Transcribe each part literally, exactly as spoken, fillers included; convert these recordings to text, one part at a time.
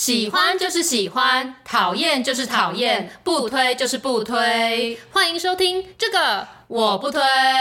喜欢就是喜欢，讨厌就是讨厌，不推就是不推。欢迎收听这个我不推。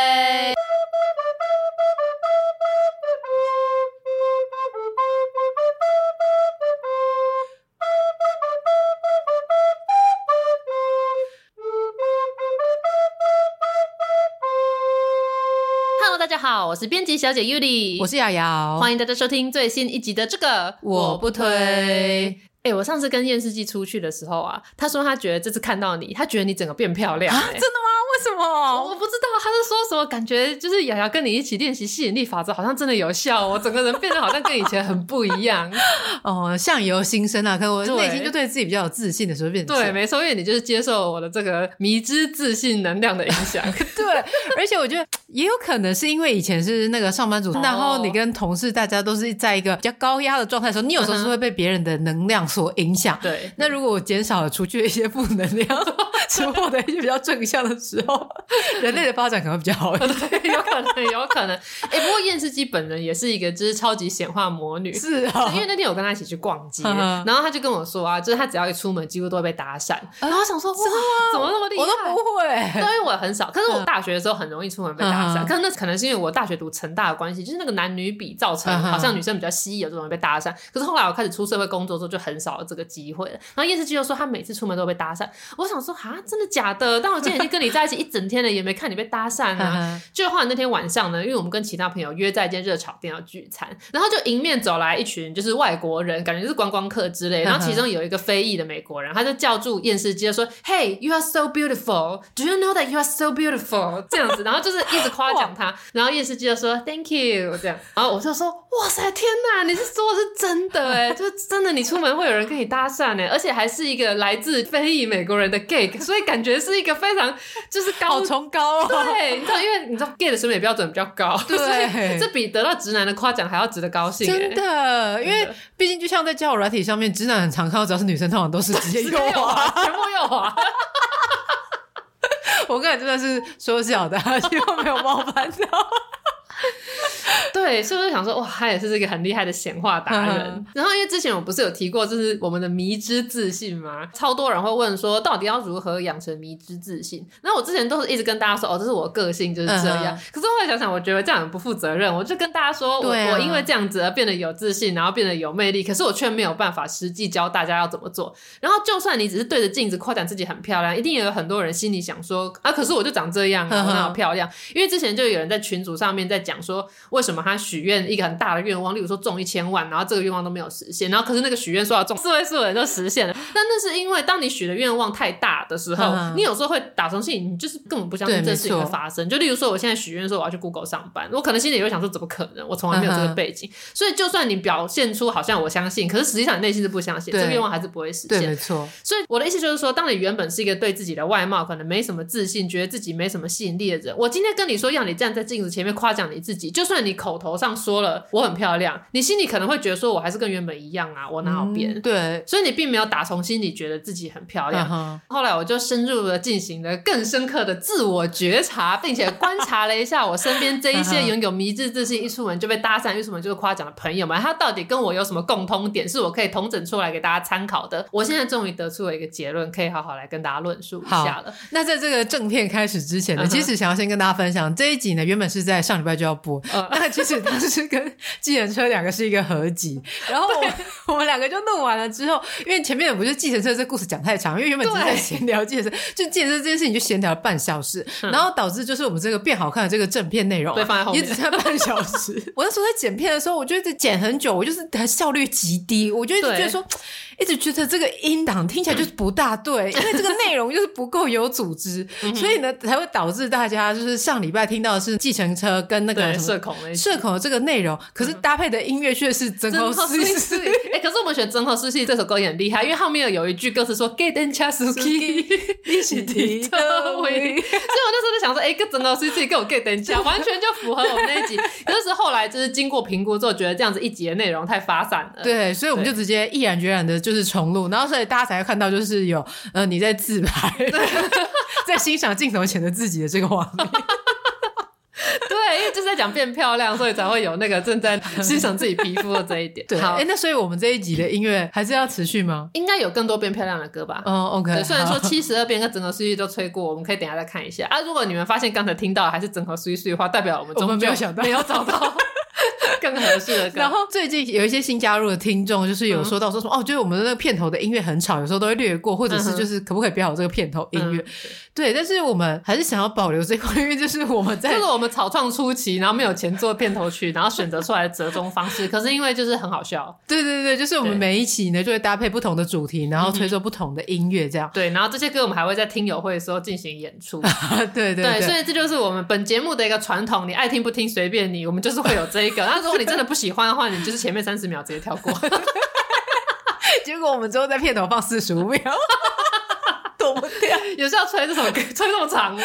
大家好，我是编辑小姐 Yuli， 我是瑶瑶， 欢迎大家收听最新一集的这个我不推。 哎、欸，我上次跟验视机出去的时候啊，他说他觉得这次看到你，他觉得你整个变漂亮、欸啊。真的吗？为什么？ 我不知道，他是说什么感觉就是瑶瑶跟你一起练习吸引力法则好像真的有效，我整个人变得好像跟以前很不一样。 哦，相由心生啊，可我内心就对自己比较有自信的时候变成。 对，没错，因为你就是接受我的这个迷之自信能量的影响。 对，而且我觉得也有可能是因为以前是那个上班族、哦、然后你跟同事大家都是在一个比较高压的状态的时候，你有时候是会被别人的能量所影响。 对， 那如果我减少了出去的一些负能量，只获得一些比较正向的时候，人类的发展可能会比较好一点。 对，有可能，有可能。哎、欸，不过验视机本人也是一个就是超级显化魔女。 是啊， 因为那天我跟她一起去逛街，然后她就跟我说啊，就是她只要一出门，几乎都会被搭讪。然后我想说，哇，怎么那么厉害？ 我都不会。 对，因为我很少。可是我大学的时候很容易出门被搭讪，可是那可能是因为我大学读成大的关系，就是那个男女比造成好像女生比较稀有，就容易被搭讪。可是后来我开始出社会工作之后，就很少有这个机会了。然后验视机就说她每次出门都被搭讪，我想说啊，真的假的？但我今天已经跟你在一起一整天了，也没看你被搭讪啊。就后来那天晚上呢，因为我们跟其他朋友约在一间热炒店要聚餐，然后就迎面走来一群就是外国人，感觉是观光客之类，然后其中有一个非裔的美国人，他就叫住验视机说 Hey, you are so beautiful. Do you know that you are so beautiful? 这样子，然后就是一直夸奖他，然后验视机就说 Thank you 这样，然后我就说哇塞，天哪，你是说的是真的耶，就是真的你出门会有人跟你搭讪耶，而且还是一个来自非裔美国人的 gay， 所以感觉是一个非常就是高好崇高哦。 对，你知道，因为你知道 gay 的审美标准比较高，对，这比得到直男的夸奖还要值得高兴。 真的，因为毕竟就像在交友软体上面，直男很常看到，只要是女生，通常都是直接右滑， 全部右滑。 我刚才真的是说小的，希望没有冒犯到。 对，是不是想说哇，他也是这个很厉害的显化达人、嗯、然后因为之前我不是有提过就是我们的迷之自信吗？超多人会问说到底要如何养成迷之自信，然后我之前都是一直跟大家说哦，这是我个性就是这样、嗯、可是后来想想我觉得这样很不负责任，我就跟大家说我、啊、我因为这样子而变得有自信，然后变得有魅力，可是我却没有办法实际教大家要怎么做。然后就算你只是对着镜子夸奖自己很漂亮，一定也有很多人心里想说啊，可是我就长这样啊，我哪有漂亮？因为之前就有人在群组上面在讲说为什么他许愿一个很大的愿望，例如说中一千万，然后这个愿望都没有实现，然后可是那个许愿说要中四位数的人就实现了。但那是因为当你许的愿望太大的时候、嗯、你有时候会打从心里你就是根本不相信这事情会发生。就例如说我现在许愿说我要去 Google 上班，我可能心里也会想说怎么可能，我从来没有这个背景、嗯、所以就算你表现出好像我相信，可是实际上你内心是不相信，这个愿望还是不会实现。 对，没错。 所以我的意思就是说，当你原本是一个对自己的外貌可能没什么自信，觉得自己没什么吸引力的人，我今天跟你说要你站在镜子前面夸奖你自己，就算你口头上说了我很漂亮，你心里可能会觉得说我还是跟原本一样啊，我哪有变、 嗯、对， 所以你并没有打从心里觉得自己很漂亮、嗯、后来我就深入了进行了更深刻的自我觉察，并且观察了一下我身边这一些拥有迷之自信一出门就被搭讪一出门就是夸奖的朋友们，他到底跟我有什么共通点是我可以统整出来给大家参考的。我现在终于得出了一个结论，可以好好来跟大家论述一下了。 那在这个正片开始之前呢、嗯、其实想要先跟大家分享这一集呢原本是在上礼拜就要播、嗯、那其实它是跟计程车两个是一个合集，然后我, 我们两个就录完了之后，因为前面不是计程车这故事讲太长，因为原本只是在闲聊计程车，就计程车这件事情就闲聊了半小时、嗯、然后导致就是我们这个变好看的这个正片内容、啊、 对放在后面也只剩半小时我那时候在剪片的时候我就一直剪很久，我就是效率极低，我就一直觉得说一直觉得这个音档听起来就是不大对，因为这个内容就是不够有组织所以呢才会导致大家就是上礼拜听到的是计程车跟那个社恐社恐的这个内容，可是搭配的音乐却是真后四系欸、可是我们选真后四系这首歌也很厉害，因为后面有一句歌词说给人家 suki 你是提的位，所以我那时候就想说哎，跟真后四系跟我给人家完全就符合我们那一集可是后来就是经过评估之后觉得这样子一集的内容太发散了， 对，所以我们就直接毅然决然的就是重录，然后所以大家才会看到就是有呃你在自拍在欣赏镜头前的自己的这个画面对，因为就是在讲变漂亮，所以才会有那个正在欣赏自己皮肤的这一点。 对，哎、欸，那所以我们这一集的音乐还是要持续吗？ 应该有更多变漂亮的歌吧。 哦、oh, OK。 虽然说七十二变跟整合碎碎都吹过，我们可以等一下再看一下啊。如果你们发现刚才听到的还是整合碎碎的话，代表我们我们没有想到， 没有找到更合适的歌。 然后最近有一些新加入的听众，就是有说到说什么、嗯、哦，就是我们的那个片头的音乐很吵，有时候都会略过，或者是就是可不可以不要有这个片头音乐、嗯、对，但是我们还是想要保留这块，因为就是我们在就是我们草创初期，然后没有钱做片头曲，然后选择出来的折中方式可是因为就是很好笑。 对对对，就是我们每一期呢就会搭配不同的主题，然后吹奏不同的音乐这样、 嗯、对，然后这些歌我们还会在听友会的时候进行演出对, 对, 对对，所以这就是我们本节目的一个传统，你爱听不听随便你，我们就是会有这一个那如果你真的不喜欢的话，你就是前面三十秒直接跳过结果我们之后在片头放四十五秒躲不掉。 有需要吹这首歌吹这么长吗？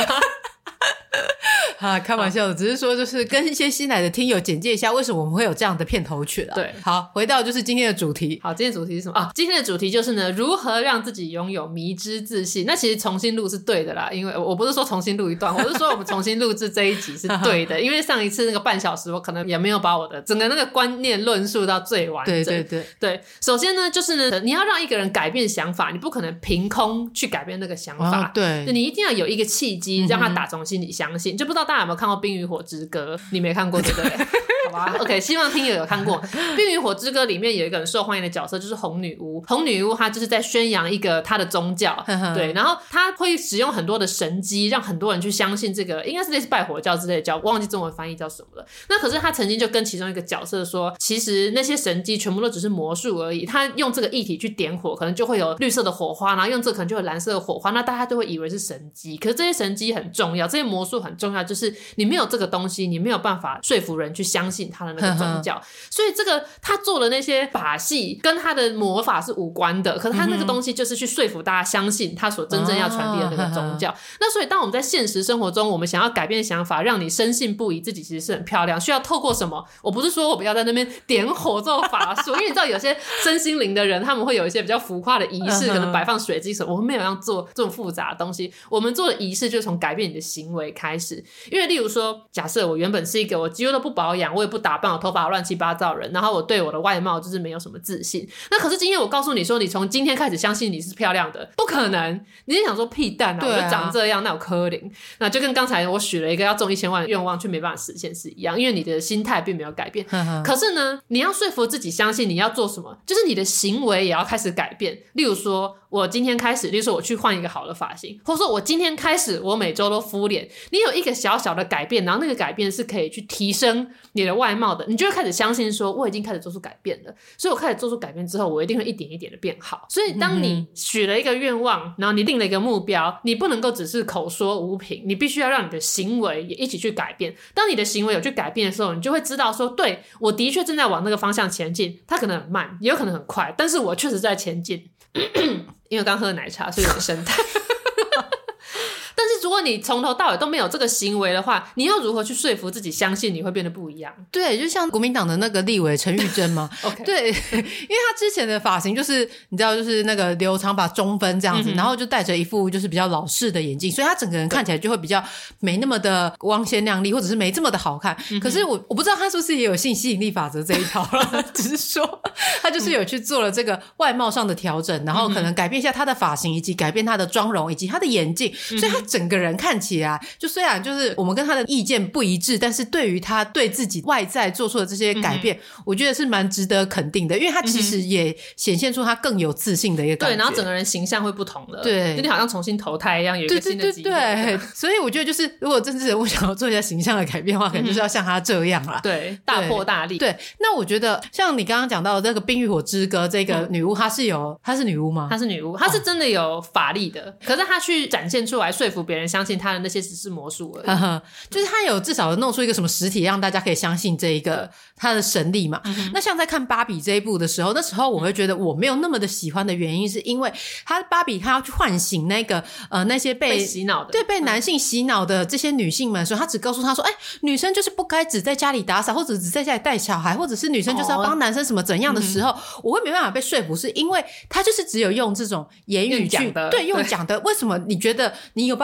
啊，开玩笑的，只是说就是跟一些新来的听友简介一下为什么我们会有这样的片头曲啦。 对， 好，回到就是今天的主题。 好，今天的主题是什么啊？今天的主题就是呢，如何让自己拥有迷之自信。那其实重新录是对的啦，因为我不是说重新录一段，我是说我们重新录制这一集是对的因为上一次那个半小时我可能也没有把我的整个那个观念论述到最完整。 对对对对，首先呢就是呢，你要让一个人改变想法，你不可能凭空去改变那个想法、 哦、对， 你一定要有一个契机让他打从心里相信、嗯、就不知道大家有没有看过《冰与火之歌》，你没看过对不对？好吧 OK， 希望听友有看过《冰与火之歌》，里面有一个很受欢迎的角色就是红女巫。红女巫她就是在宣扬一个她的宗教对，然后她会使用很多的神迹让很多人去相信这个，应该是类似拜火教之类的教，我忘记中文翻译叫什么了。那可是她曾经就跟其中一个角色说，其实那些神迹全部都只是魔术而已，她用这个议题去点火，可能就会有绿色的火花，然后用这个可能就有蓝色的火花，那大家都会以为是神迹。可是这些神迹很重要，这些魔术很重要，就是你没有这个东西，你没有办法说服人去相信他的那个宗教所以这个他做的那些把戏跟他的魔法是无关的，可是他那个东西就是去说服大家相信他所真正要传递的那个宗教、哦、那所以当我们在现实生活中我们想要改变想法，让你深信不疑自己其实是很漂亮，需要透过什么？我不是说我不要在那边点火做法术因为你知道有些身心灵的人他们会有一些比较浮夸的仪式、嗯、可能摆放水晶什么，我们没有要做这种复杂的东西，我们做的仪式就是从改变你的行为开始。因为例如说假设我原本是一个我几乎都不保养，我也不打扮，我头发乱七八糟人，然后我对我的外貌就是没有什么自信，那可是今天我告诉你说你从今天开始相信你是漂亮的，不可能，你是想说屁蛋啊， 对啊， 我就长这样那有可能，那就跟刚才我许了一个要中一千万的愿望却没办法实现是一样，因为你的心态并没有改变呵呵，可是呢你要说服自己相信你要做什么，就是你的行为也要开始改变。例如说我今天开始，例如说我去换一个好的发型，或者说我今天开始我每周都敷脸，你有一个小小的改变，然后那个改变是可以去提升你的外貌的，你就会开始相信说我已经开始做出改变了，所以我开始做出改变之后我一定会一点一点的变好。所以当你许了一个愿望，然后你定了一个目标，你不能够只是口说无凭，你必须要让你的行为也一起去改变。当你的行为有去改变的时候，你就会知道说对，我的确正在往那个方向前进，它可能很慢也有可能很快，但是我确实在前进因为刚喝了奶茶所以有点声带但是如果你从头到尾都没有这个行为的话，你要如何去说服自己相信你会变得不一样？ 对，就像国民党的那个立委陈玉珍嘛 okay. 对，因为他之前的发型就是你知道就是那个留长发中分这样子、嗯、然后就戴着一副就是比较老式的眼镜，所以他整个人看起来就会比较没那么的光鲜亮丽，或者是没这么的好看、嗯、可是我我不知道他是不是也有性吸引力法则这一套了只是说他就是有去做了这个外貌上的调整，然后可能改变一下他的发型，以及改变他的妆容，以及他的眼镜、嗯、所以他整个人看起来就虽然就是我们跟他的意见不一致，但是对于他对自己外在做出的这些改变、嗯、我觉得是蛮值得肯定的，因为他其实也显现出他更有自信的一个感觉。 对，然后整个人形象会不同了， 对， 就你好像重新投胎一样，有一个新的机会。 对对对对，所以我觉得就是如果政治人物想要做一下形象的改变的话、嗯、可能就是要像他这样啦， 对，大破大立。 对，那我觉得像你刚刚讲到的这个冰与火之歌这个女巫，她是有她是女巫吗？ 她是女巫，她是真的有法力的、哦、可是她去展现出来说服别人相信她的那些只是魔术而已，呵呵， 就是她有至少弄出一个什么实体让大家可以相信这一个她的神力嘛、嗯、那像在看芭比这一部的时候，那时候我会觉得我没有那么的喜欢的原因是因为她芭比她要去唤醒那个呃那些被, 被洗脑的， 对，被男性洗脑的这些女性们，所以她只告诉她说哎，女生就是不该只在家里打扫，或者只在家里带小孩，或者是女生就是要帮男生什么怎样的时候、哦嗯、我会没办法被说服，是因为她就是只有用这种言语去讲的， 对，用讲的。为什么你觉得你有办法只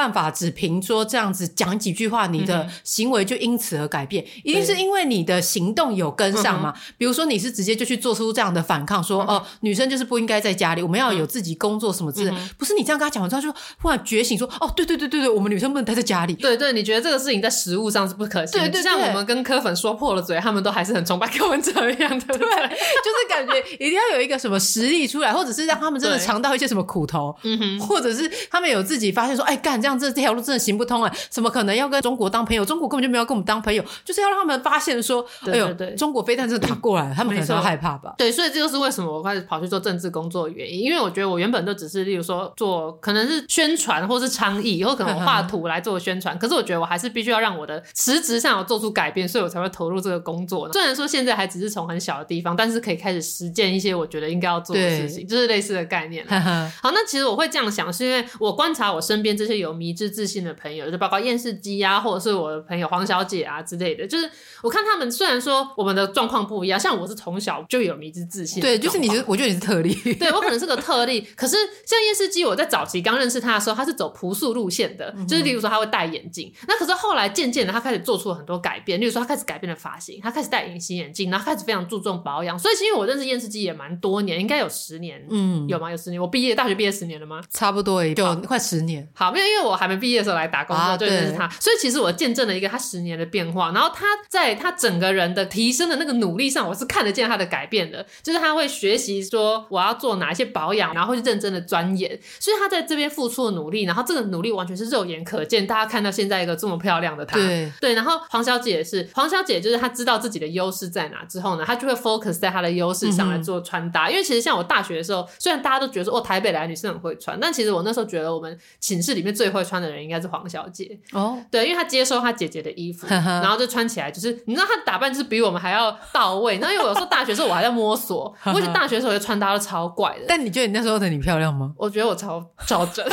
只凭说这样子讲几句话，你的行为就因此而改变，一定是因为你的行动有跟上嘛。比如说你是直接就去做出这样的反抗，说哦、呃，女生就是不应该在家里，我们要有自己工作什么之类、嗯、不是你这样跟他讲完之后就忽然觉醒说哦，对对对对对，我们女生不能待在家里。 对对，你觉得这个事情在实务上是不可行的。对对对，就像我们跟柯粉说破了嘴，他们都还是很崇拜柯文哲一样，对不对？ 对，就是感觉一定要有一个什么实力出来，或者是让他们真的尝到一些什么苦头，嗯哼，或者是他们有自己发现说，哎，干这样这条路真的行不通啊，怎么可能要跟中国当朋友？中国根本就没有跟我们当朋友，就是要让他们发现说，哎呦，对对对，中国飞弹真的打过来，他们可能会害怕吧？ 对，所以这就是为什么我开始跑去做政治工作的原因，因为我觉得我原本都只是例如说做可能是宣传或是倡议，或可能我画图来做宣传，可是我觉得我还是必须要让我的实质上有做出改变，所以我才会投入这个工作。虽然说现在还只是从很小的地方，但是可以开始实践一些我觉得应该要做的事情，就是类似的概念好，那其实我会这样想是因为我观察我身边这些有迷之自信的朋友，就包括验视机啊，或者是我的朋友黄小姐啊之类的，就是我看他们虽然说我们的状况不一样，像我是从小就有迷之自信， 对，就是你是我觉得你是特例对，我可能是个特例可是像验视机我在早期刚认识他的时候，他是走朴素路线的、嗯、就是例如说他会戴眼镜，那可是后来渐渐的他开始做出了很多改变，例如说他开始改变了发型，他开始戴隐形眼镜，然后开始非常注重保养，所以其实我认识验视机也蛮多年，应该有十年，嗯，有吗？有十年？我毕业大学毕业十年了吗？ 差不多也就快十年。 好，没有，因为我还没毕业的时候来打工就认识他、啊、所以其实我见证了一个他十年的变化，然后他在他整个人的提升的那个努力上，我是看得见他的改变的，就是他会学习说我要做哪一些保养，然后会认真的钻研，所以他在这边付出的努力，然后这个努力完全是肉眼可见，大家看到现在一个这么漂亮的他， 对对。然后黄小姐也是，黄小姐就是她知道自己的优势在哪之后呢，她就会 focus 在她的优势上来做穿搭、嗯、因为其实像我大学的时候，虽然大家都觉得说哦台北来的女生很会穿，但其实我那时候觉得我们寝室里面最会穿的人应该是黄小姐哦，对，因为她接收她姐姐的衣服然后就穿起来就是你知道她打扮就是比我们还要到位，然后因为我有时候大学的时候我还在摸索我以前大学的时候的穿搭都超怪的。 但你觉得你那时候的你漂亮吗？ 我觉得我超超正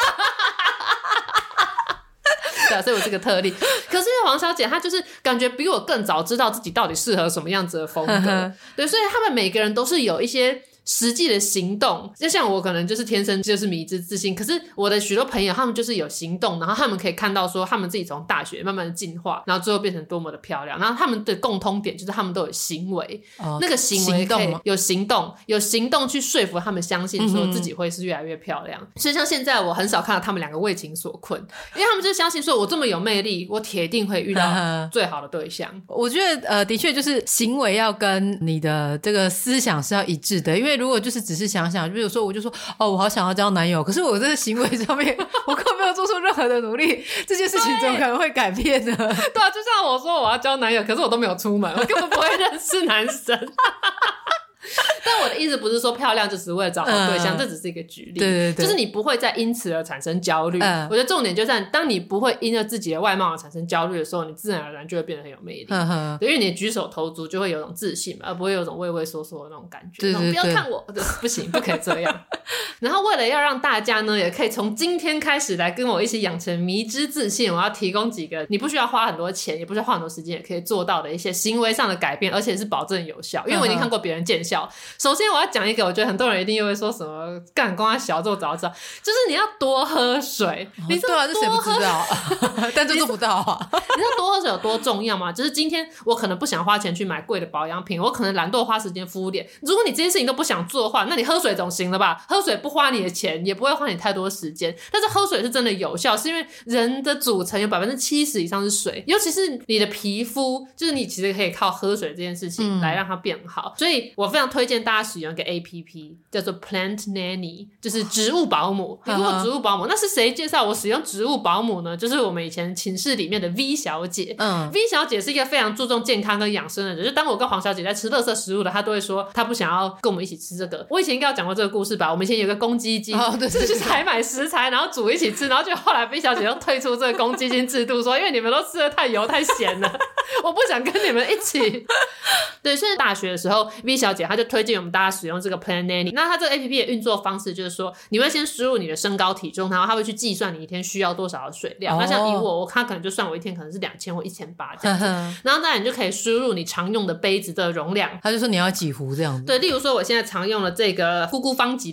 对啊，所以我是个特例。可是黄小姐她就是感觉比我更早知道自己到底适合什么样子的风格对，所以他们每个人都是有一些实际的行动，就像我可能就是天生就是迷之自信，可是我的许多朋友他们就是有行动，然后他们可以看到说他们自己从大学慢慢的进化，然后最后变成多么的漂亮，然后他们的共通点就是他们都有行为、哦、那个行为可以有行动有行动去说服他们相信说自己会是越来越漂亮、嗯、所以像现在我很少看到他们两个为情所困，因为他们就相信说我这么有魅力，我铁定会遇到最好的对象我觉得呃，的确就是行为要跟你的这个思想是要一致的，因为如果就是只是想想，比如说我就说哦我好想要交男友，可是我这个行为上面我根本没有做出任何的努力，这件事情怎么可能会改变呢？对啊，就像我说我要交男友，可是我都没有出门，我根本不会认识男生但我的意思不是说漂亮就只是为了找好对象、嗯、这只是一个举例，对对对，就是你不会再因此而产生焦虑、嗯、我觉得重点就在当你不会因着自己的外貌而产生焦虑的时候，你自然而然就会变得很有魅力、嗯、因为你举手投足就会有种自信嘛，而不会有种畏畏缩缩的那种感觉，对对对，不要看我不行不可以这样然后为了要让大家呢也可以从今天开始来跟我一起养成迷之自信，我要提供几个你不需要花很多钱也不需要花很多时间也可以做到的一些行为上的改变，而且是保证有效，因为我已经看过别人见效、嗯、首先我要讲一个我觉得很多人一定又会说什么干光他小之后早知道，就是你要多喝水、哦、你知道对啊，这谁不知道但就做不到啊你知道多喝水有多重要吗？就是今天我可能不想花钱去买贵的保养品，我可能懒惰花时间敷脸，如果你这件事情都不想做的话，那你喝水总行了吧？喝水不花你的钱也不会花你太多时间，但是喝水是真的有效，是因为人的组成有 百分之七十 以上是水，尤其是你的皮肤，就是你其实可以靠喝水这件事情来让它变好、嗯、所以我非常推荐大家使用一个 A P P 叫做 Plant Nanny， 就是植物保姆。你如果植物保姆，那是谁介绍我使用植物保姆呢？就是我们以前寝室里面的 V 小姐、嗯、V 小姐是一个非常注重健康跟养生的人，就是当我跟黄小姐在吃垃圾食物的，她都会说她不想要跟我们一起吃这个。我以前应该有讲过这个故事吧，我们以前有个公积金、哦、对对对，就是去采买食材然后煮一起吃，然后就后来 V 小姐又退出这个公积金制度说因为你们都吃得太油太咸了我不想跟你们一起对，所以大学的时候 V 小姐她就推荐我们大家使用这个 Plant Nanny。 那她这个 A P P 的运作方式就是说你会先输入你的身高体重，然后她会去计算你一天需要多少的水量、哦、那像以我我她可能就算我一天可能是两千或一千八这样子然后当然你就可以输入你常用的杯子的容量， 她就说你要几壶这样子。 对，例如说我现在常用的这个咕咕方吉的杯子，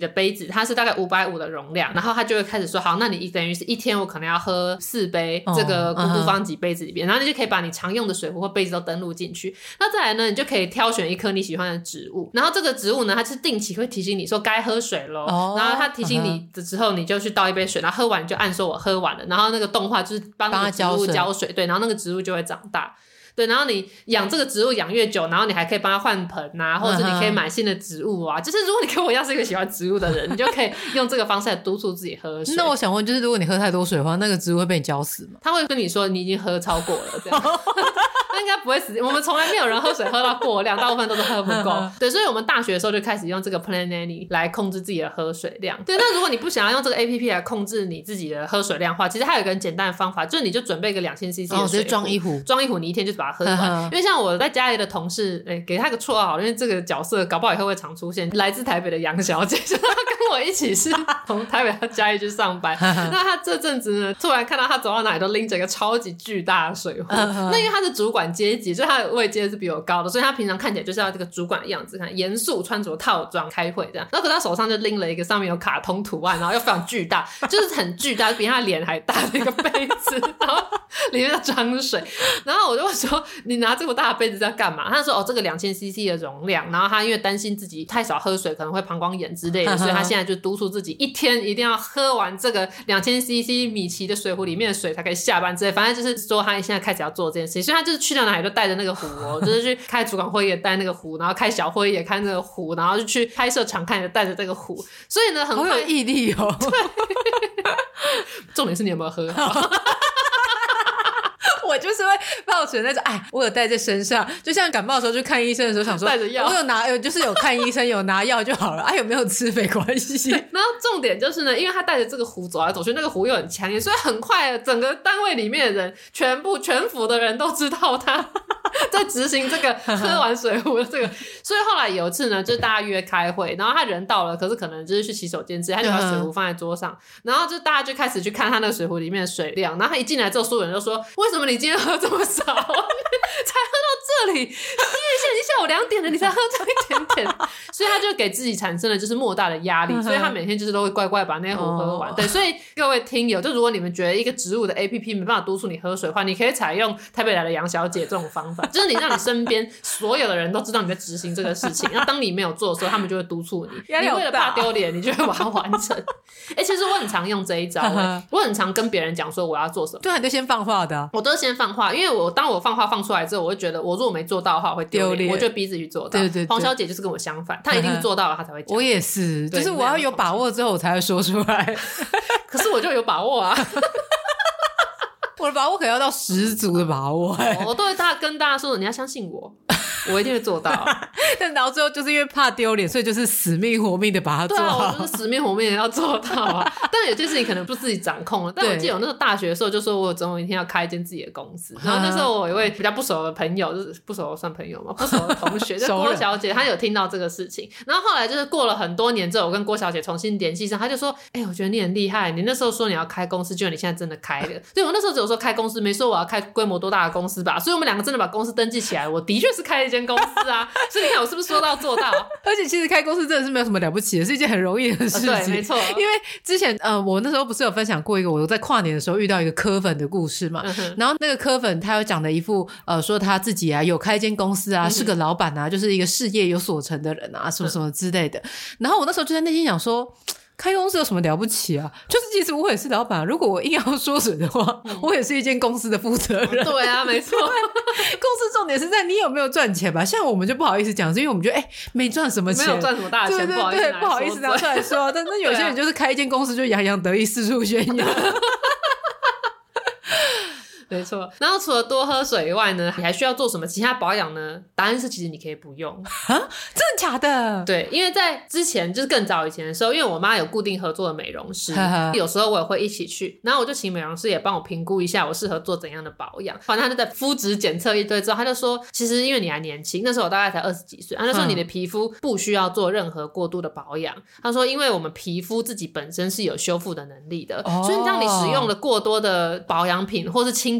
它是大概五百五的容量，然后他就会开始说好，那你等于是一天我可能要喝四杯这个咕咕方几杯子里边、哦嗯、然后你就可以把你常用的水壶或杯子都登录进去。那再来呢，你就可以挑选一颗你喜欢的植物，然后这个植物呢它是定期会提醒你说该喝水咯、哦、然后它提醒你的之后你就去倒一杯水，然后喝完你就按说我喝完了，然后那个动画就是帮那个植物浇水，对，然后那个植物就会长大。对，然后你养这个植物养越久，然后你还可以帮它换盆啊，或者是你可以买新的植物啊、嗯、就是如果你跟我一样是一个喜欢植物的人，你就可以用这个方式来督促自己喝水。 那我想问，就是如果你喝太多水的话，那个植物会被你浇死吗？ 他会跟你说你已经喝超过了这样那应该不会死，我们从来没有人喝水喝到过量，大部分都是喝不够对，所以我们大学的时候就开始用这个 Plant Nanny 来控制自己的喝水量。对，那如果你不想要用这个 A P P 来控制你自己的喝水量的话，其实还有一个很简单的方法，就是你就准备一个两千 C C 的水壶、哦、直接装一壶装一壶，你一天就把它喝完因为像我在家里的同事、欸、给他个绰号，因为这个角色搞不好以后会常出现，来自台北的杨小姐，就他跟我一起是从台北到嘉义去上班那他这阵子呢突然看到他走到哪里都拎着一个超级巨大的水壶那因为他是主管阶级，所以他的位阶是比我高的，所以他平常看起来就是要这个主管的样子，看严肃穿着套装开会这样，然后可是他手上就拎了一个上面有卡通图案然后又非常巨大就是很巨大比他脸还大的一个杯子然后里面在装水，然后我就说你拿这么大的杯子在干嘛？他说哦这个 两千 C C 的容量，然后他因为担心自己太少喝水可能会膀胱炎之类的所以他现在就督促自己一天一定要喝完这个 两千 C C 米奇的水壶里面的水才可以下班之类，反正就是说他现在开始要做这件事情，所以他就是去到哪里都带着那个壶哦就是去开主管会议也带那个壶，然后开小会议也开那个壶，然后就去拍摄场看也带着这个壶，所以呢很快好有毅力哦对重点是你有没有喝好我就是会抱持那种哎，我有带在身上，就像感冒的时候去看医生的时候想说带着药， 我有拿有就是有看医生有拿药就好了，哎、啊、有没有吃没关系。 然后重点就是呢，因为他带着这个壶走来走去，那个壶又很强烈，所以很快整个单位里面的人全部全府的人都知道他在执行这个喝完水壶的这个所以后来有一次呢就是大家约开会，然后他人到了可是可能就是去洗手间之类，他就把水壶放在桌上然后就大家就开始去看他那个水壶里面的水量，然后他一进来之后所有人就说为什么你今天喝这么少才喝到这里，因为现在已经下午两点了你才喝这一点点所以他就给自己产生了就是莫大的压力，所以他每天就是都会乖乖把那些壶喝完、哦、对，所以各位听友就如果你们觉得一个植物的 A P P 没办法督促你喝水的话，你可以采用台北来的杨小姐这种方法，就是你让你身边所有的人都知道你在执行这个事情，然后当你没有做的时候他们就会督促你，你为了怕丢脸你就会把它完成欸其实我很常用这一招欸我很常跟别人讲说我要做什么， 对啊，你就先放话的、啊、 我都是先放话，因为我当我放话放出来之后我会觉得我如果没做到的话我会丢脸，我就逼自己做到。对对对，黄小姐就是跟我相反，她一定做到了她才会讲。 我也是，就是我要有把握之后我才会说出来可是我就有把握啊我的把握可要到十足的把握、欸哦、我都会大跟大家说你要相信我我一定会做到但到最后就是因为怕丢脸，所以就是死命活命的把它做好。 对啊，我就是死命活命的要做到啊但有些事情可能不自己掌控了，但我记得我那时候大学的时候就说我总有一天要开一间自己的公司然后那时候我有一位比较不熟的朋友，就是不熟算朋友嘛，不熟的同学就是郭小姐，她有听到这个事情，然后后来就是过了很多年之后我跟郭小姐重新联系上，她就说哎、欸，我觉得你很厉害，你那时候说你要开公司，结果你现在真的开了所以我那时候只有说开公司，没说我要开规模多大的公司吧，所以我们两个真的把公司登记起来，我的确是开了一间公司啊所以你看我是不是说到做到而且其实开公司真的是没有什么了不起的，是一件很容易的事情、 呃、对没错， 因为之前呃，我那时候不是有分享过一个我在跨年的时候遇到一个科粉的故事嘛、嗯、然后那个科粉他有讲的一副呃，说他自己啊有开一间公司啊、嗯、是个老板啊，就是一个事业有所成的人啊什么什么之类的、嗯、然后我那时候就在内心想说开公司有什么了不起啊，就是其实我也是老板，如果我硬要说嘴的话、嗯、我也是一间公司的负责人、 哦、对啊没错公司重点是在你有没有赚钱吧，像我们就不好意思讲，是因为我们觉得哎、欸、没赚什么钱， 没有赚什么大钱， 对对对，不好意思拿出来说但是有些人就是开一间公司就洋洋得意四处宣扬没错，然后除了多喝水以外呢，你还需要做什么其他保养呢？答案是其实你可以不用。 啊？真的假的？ 对，因为在之前就是更早以前的时候，因为我妈有固定合作的美容师有时候我也会一起去，然后我就请美容师也帮我评估一下我适合做怎样的保养，反正他就在肤质检测一堆之后，他就说其实因为你还年轻，那时候我大概才二十几岁，他就说你的皮肤不需要做任何过度的保养，他说因为我们皮肤自己本身是有修复的能力的、哦、所以当你使用了过多的保养品或是清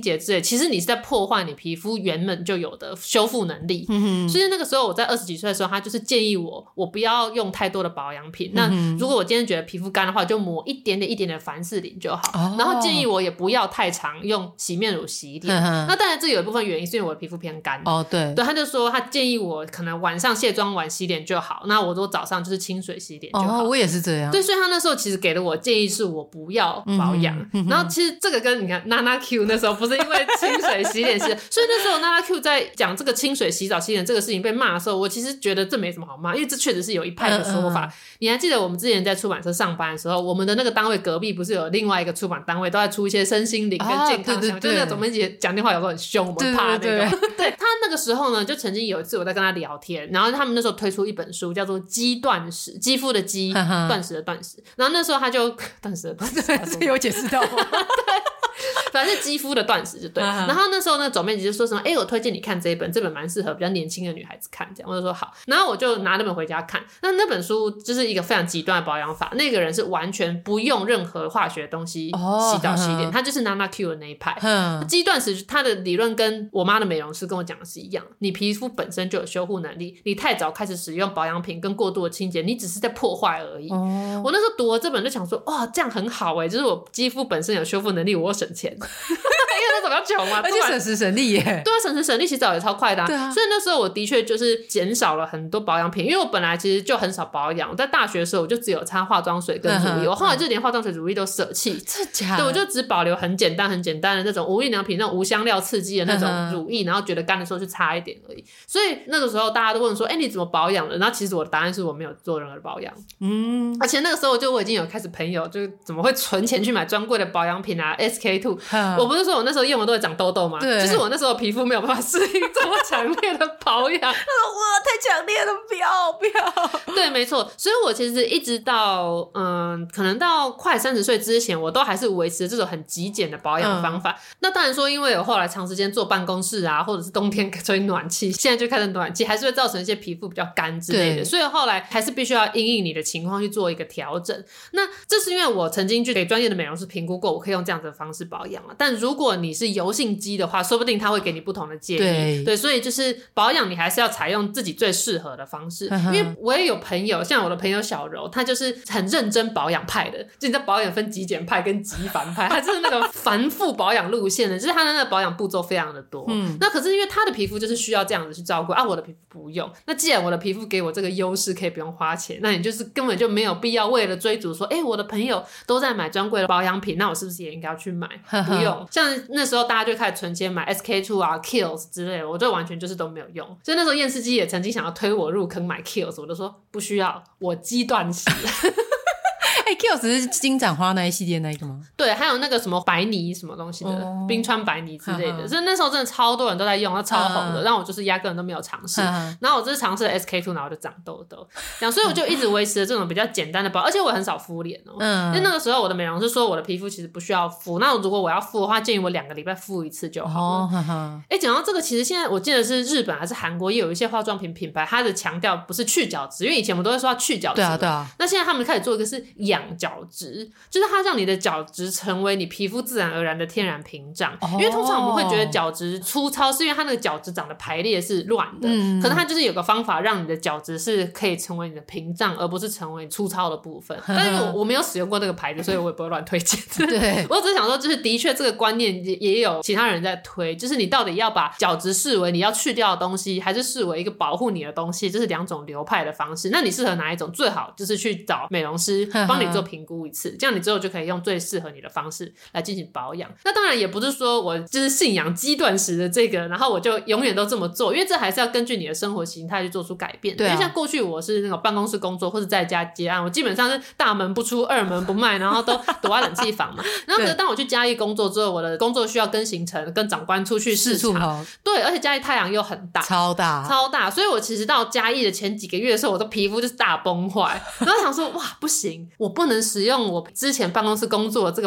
清洁之类，其实你是在破坏你皮肤原本就有的修复能力。嗯、所以那个时候我在二十几岁的时候，他就是建议我我不要用太多的保养品、嗯、那如果我今天觉得皮肤干的话，就抹一点点一点点凡士林就好、哦、然后建议我也不要太常用洗面乳洗脸、嗯、那当然这有一部分原因是因为我的皮肤偏干哦，对对，他就说他建议我可能晚上卸妆完洗脸就好，那我如果早上就是清水洗脸就好。 哦，我也是这样。 对，所以他那时候其实给了我建议是我不要保养、嗯、然后其实这个跟你看 Nana Q 那时候不是因为清水洗脸洗所以那时候 Nana Q 在讲这个清水洗澡洗脸这个事情被骂的时候，我其实觉得这没什么好骂，因为这确实是有一派的说法、嗯嗯、你还记得我们之前在出版社上班的时候，我们的那个单位隔壁不是有另外一个出版单位都在出一些身心灵跟健康、啊、对对对，就是那个总编辑讲电话有时候很凶，我们怕那个对, 对, 对, 对他那个时候呢，就曾经有一次我在跟他聊天，然后他们那时候推出一本书叫做肌断食，肌肤的肌，断食的断食，然后那时候他就断食的断食， 这有解释到吗？ 对，反正是肌肤的断食就对。然后那时候那个总编辑就说什么，哎、欸，我推荐你看这一本，这本蛮适合比较年轻的女孩子看，这样我就说好。然后我就拿那本回家看，那那本书就是一个非常极端的保养法，那个人是完全不用任何化学的东西洗澡洗脸，他就是 Nana Q 的那一派。肌断食他的理论跟我妈的美容师跟我讲的是一样，你皮肤本身就有修护能力，你太早开始使用保养品跟过度的清洁，你只是在破坏而已。哦、我那时候读了这本就想说，哇，这样很好哎、欸，就是我肌肤本身有修复能力，我又省钱。因为那种比较穷嘛， 而且省时省力耶。 对啊，省时省力，洗澡也超快的、啊。对啊，所以那时候我的确就是减少了很多保养品，因为我本来其实就很少保养。我在大学的时候我就只有擦化妆水跟乳液、嗯，我后来就连化妆水、乳液都舍弃。 这假的？ 对，我就只保留很简单、很简单的那种无印良品那种无香料刺激的那种乳液，然后觉得干的时候去擦一点而已。所以那个时候大家都问说：“哎、欸，你怎么保养的？”然后其实我的答案是我没有做任何的保养。嗯，而且那个时候就我已经有开始朋友就是怎么会存钱去买专柜的保养品啊 ，S K two。我不是说我那时候用的都会长痘痘吗？对，就是我那时候皮肤没有办法适应这么强烈的保养。他说哇，太强烈了，不要不要。对，没错。所以我其实一直到嗯，可能到快三十岁之前，我都还是维持这种很极简的保养方法。嗯、那当然说，因为我后来长时间坐办公室啊，或者是冬天吹暖气，现在就开始暖气，还是会造成一些皮肤比较干之类的。所以后来还是必须要因应你的情况去做一个调整。那这是因为我曾经去给专业的美容师评估过，我可以用这样子的方式保养了。但如果你是油性肌的话，说不定他会给你不同的建议。对，对，所以就是保养你还是要采用自己最适合的方式。因为我也有朋友，像我的朋友小柔，她就是很认真保养派的，就你在保养分极简派跟极繁派，她就是那个繁复保养路线的，就是她的那个保养步骤非常的多。嗯，那可是因为她的皮肤就是需要这样子去照顾啊，我的皮肤不用。那既然我的皮肤给我这个优势，可以不用花钱，那你就是根本就没有必要为了追逐说，哎、欸，我的朋友都在买专柜的保养品，那我是不是也应该要去买？不用。像那时候大家就开始存钱买 S K two 啊 Kiehl's 之类的，我就完全就是都没有用。所以那时候验视机也曾经想要推我入坑买 Kiehl's， 我就说不需要，我肌断食。 哎、欸、，Kiehl's 是金盏花那一系列那一个吗？ 对，还有那个什么白泥什么东西的、哦、冰川白泥之类的，所以那时候真的超多人都在用，它超红的，让我就是压根都没有尝试。然后我就是尝试了 S K two， 然后就长痘痘，这样，所以我就一直维持了这种比较简单的保，而且我很少敷脸哦、喔。嗯，因为那个时候我的美容师说我的皮肤其实不需要敷，那如果我要敷的话，建议我两个礼拜敷一次就好了。哎、哦，讲、欸、到这个，其实现在我记得是日本还是韩国也有一些化妆品品牌，它的强调不是去角质，因为以前我们都会说要去角质，对啊对啊。那现在他们开始做一个是养角质，就是它让你的角质成为你皮肤自然而然的天然屏障。哦、因为通常我们会觉得角质粗糙，是因为它那个角质长的排列是乱的。嗯，可是它就是有个方法让你的角质是可以成为你的屏障，而不是成为粗糙的部分。但是我我没有使用过那个牌子，所以我也不会乱推荐。对，我只是想说，就是的确这个观念也也有其他人在推，就是你到底要把角质视为你要去掉的东西，还是视为一个保护你的东西，这是两种流派的方式。那你适合哪一种？最好就是去找美容师帮你做评估一次，这样你之后就可以用最适合你的方式来进行保养。那当然也不是说我就是信仰肌断食的这个，然后我就永远都这么做，因为这还是要根据你的生活形态去做出改变。对、啊，因为像过去我是那种办公室工作或者在家接案，我基本上是大门不出二门不迈，然后都躲在冷气房嘛。然后可是当我去嘉义工作之后，我的工作需要跟行程跟长官出去视察，对，而且嘉义太阳又很大， 超大超大，所以我其实到嘉义的前几个月的时候，我的皮肤就是大崩坏。然后想说哇不行，我不能使用我之前办公室工作的这个